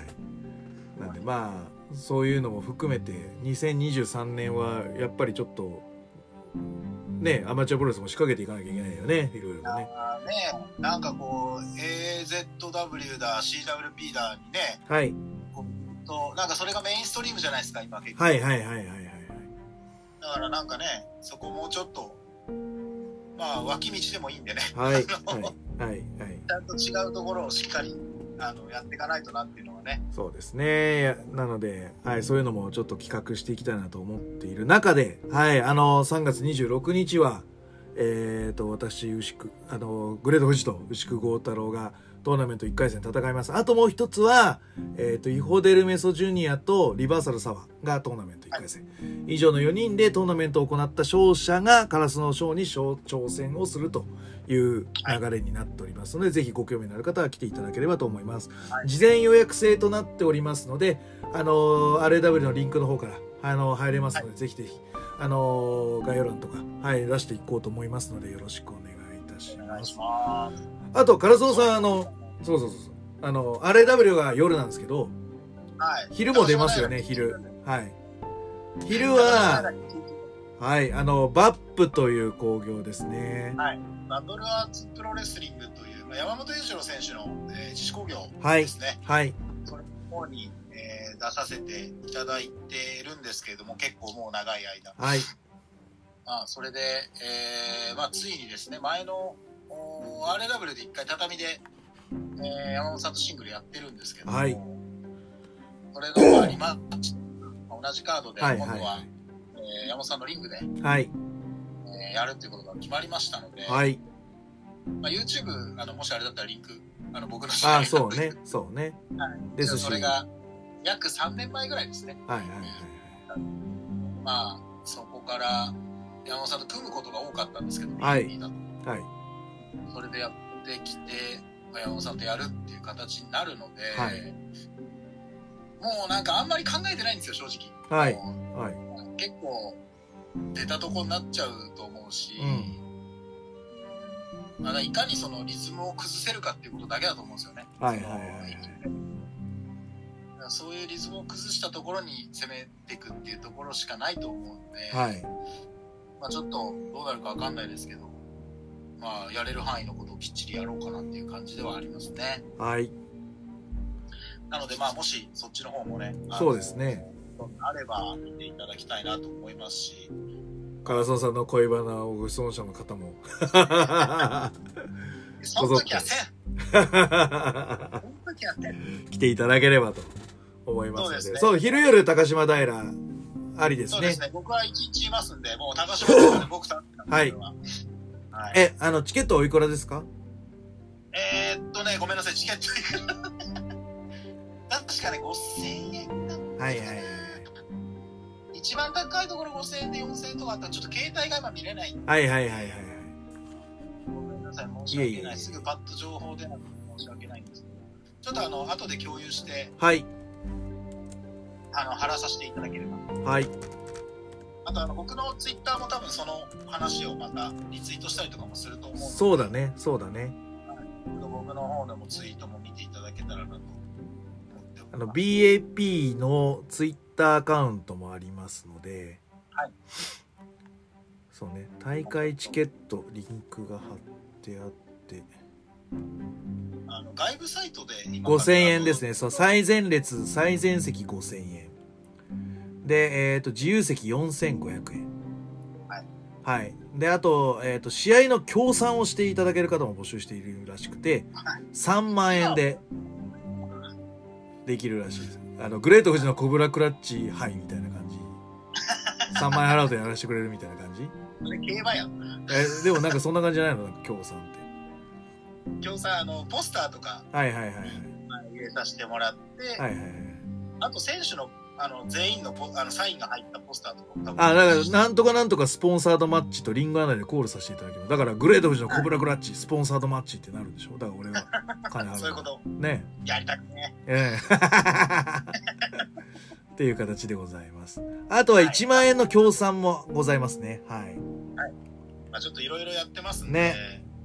なんでまあそういうのも含めてにせんにじゅうさんねんはやっぱりちょっとね、アマチュアプロレスも仕掛けていかなきゃいけないよね、いろいろね。 ね、なんかこう エーゼットダブリュー だ シーダブリューピー だにね、 はい。 となんかそれがメインストリームじゃないですか今結構。 はいはいはいはいはいはい。 だからなんかね、そこもうちょっとまあ脇道でもいいんでね。 はいはいはいはい。 ちゃんと違うところをしっかりあのやっていかないとなっていうのはね。 そうですね。なので、はい、そういうのもちょっと企画していきたいなと思っている中で、はい、あのさんがつにじゅうろくにちはえっと私牛久あのグレート富士と牛久豪太郎がトーナメントいっかい戦戦います。あともう一つは、えっとイホデルメソジュニアとリバーサルサワがトーナメントいっかい戦、はい、以上のよにんでトーナメントを行った勝者がカラスのショーに挑戦をするという流れになっておりますので、はい、ぜひご興味のある方は来ていただければと思います、はい、事前予約制となっておりますので、あの アールエーダブリュー のリンクの方からあの入れますので、はい、ぜひぜひあの概要欄とか、はい、出していこうと思いますのでよろしくお願いいたします。あと唐沢さん、あのそうそうそうそうあの アールエーダブリュー が夜なんですけど、 はい、 昼も出ますよね。昼、はい、昼ははい、あのバップという興行ですね。 はい、バトルアーツプロレスリングという、まあ、山本裕次郎選手の、えー、自主興行ですね。 はい、はい、 それの方に、えー、出させていただいてるんですけれども、結構もう長い間、 はい、 まあ、それで、えーまあ、ついにですね、前の アールエーダブリュー で一回畳で、えー、山本さんとシングルやってるんですけども、はい、それの、まあ、リマッチ同じカードで、今度は、はいはいはい、えー、山本さんのリングで、 はいえー、やるっていうことが決まりましたので、 はい、 まあ、YouTube あのもしあれだったらリンクあの僕のああそうねそうね、 はい、ですし、それが約さんねんまえぐらいですね。 はいはいはい、 まあそこから山本さんと組むことが多かったんですけど、 はい、 ビービーだと、はい、それでやってきて、まあ、山本さんとやるっていう形になるので、はい、もうなんかあんまり考えてないんですよ正直。 はいはい、 結構出たとこになっちゃうと思うし、うん、まあ、いかにそのリズムを崩せるかっていうことだけだと思うんですよね。 はいはいはいはい、 そういうリズムを崩したところに攻めていくっていうところしかないと思うので、 はい、 まあ、ちょっとどうなるかわかんないですけど、まあ、やれる範囲のことをきっちりやろうかなっていう感じではありますね。 はい。 なので、まあ、もしそっちの方もね、 そうですね、 あれば見ていただきたいなと思いますし、 唐沢さんの恋バナをご質問者の方もその時はせんその時はせん来ていただければと思いますので、そうですね、そう、昼夜高島平ありですね。 そうですね、僕は一日いますんで、もう高島平で僕さんはい、はい、え、あのチケットおいくらですか？ えー、っとね、ごめんなさい、チケットいくら確かねごせんえんだった。 はいはいはい。 一番高いところごせんえんでよんせんえんとかあったらちょっと携帯が今見れない。 はいはいはいはい。 ごめんなさい、申し訳ない。いえいえ、すぐパッと情報出なくて申し訳ないんですけど、ちょっとあの後で共有して、 はい。 あの貼らさせていただければ。 はい。 あとあの僕のツイッターも多分その話をまたリツイートしたりとかもすると思うので。 そうだね、そうだね。 はい、 僕の方でもツイートも見ていただけたらなと思っております。 あの ビーエーピー のツイッターアカウントもありますので、 はい、 そうね、大会チケットリンクが貼ってあって、 あの外部サイトで今ごせんえんですね。そう、最前列最前席ごせんえんで、えっ、ー、と自由席よんせんごひゃくえん。 はい、 はい、であと、えー、と試合の協賛をしていただける方も募集しているらしくて、さんまんえんでできるらしいです。あのグレート富士のコブラクラッチ杯みたいな感じ。さんまんえん払うとやらせてくれるみたいな感じ。 それ競馬やんな。 えでもなんかそんな感じじゃないの、なんか協賛って。 協賛、あのポスターとかはいはいはいはい入れさせてもらって、 はいはいはい、 あと選手のあの全員のポあのサインが入ったポスターとかも多分、 あ、だからなんとかなんとかスポンサードマッチとリングアナでコールさせていただきます。だからグレート富士のコブラクラッチスポンサードマッチってなるんでしょ。だから俺は金払う。 そういうことね。やりたくね。 ええっていう形でございます。あとはいちまんえんの協賛もございますね。はい。はい。 まあちょっといろいろやってますんで。 ね。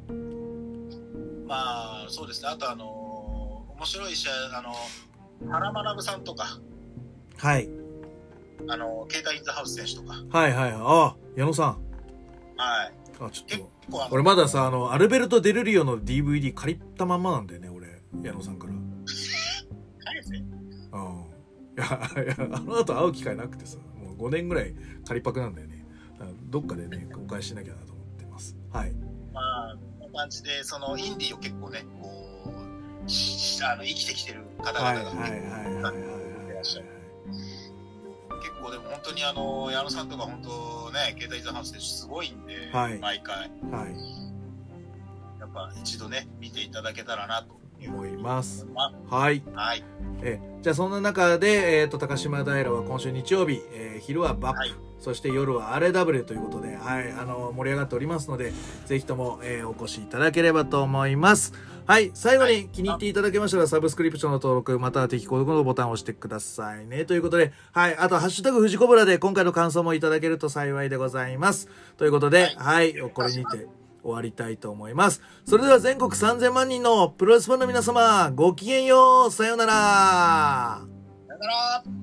まあそうですね。あとあの面白い試合、あの原学さんとか。 はい。 あのケータインズハウス選手とか。 はいはい。あ、矢野さん。 はい。 あ、ちょっと俺まださ、あのアルベルト・デルリオの ディーブイディー 借りたまんまなんだよね、俺矢野さんから。 返せ。うん。いやいや、あの後会う機会なくてさ、もうごねんぐらい借りパクなんだよね。どっかでねお返ししなきゃなと思ってます。はい。 まあこんな感じでそのインディーを結構ねこうしあの生きてきてる方々がね、はいはいはいはいはいいらっしゃる。結構でも本当にあの矢野さんとか本当ねケータインズハウス選手すごいんで、はい、毎回、はい、やっぱ一度ね見ていただけたらなと思います。はい。 はい。 えじゃあそんな中で、えー、と高島平は今週日曜日、えー、昼はバップ、はい、そして夜は アールエーダブリュー ということで、はい、あの盛り上がっておりますので、ぜひとも、えー、お越しいただければと思います。はい、最後に気に入っていただけましたら、サブスクリプションの登録、または定期購読のボタンを押してくださいね。ということで、はい、あと、ハッシュタグ富士コブラで今回の感想もいただけると幸いでございます。ということで、はい、はい、これにて終わりたいと思います。それでは全国さんぜんまんにんのプロレスファンの皆様、ごきげんよう、さようなら。 さようなら。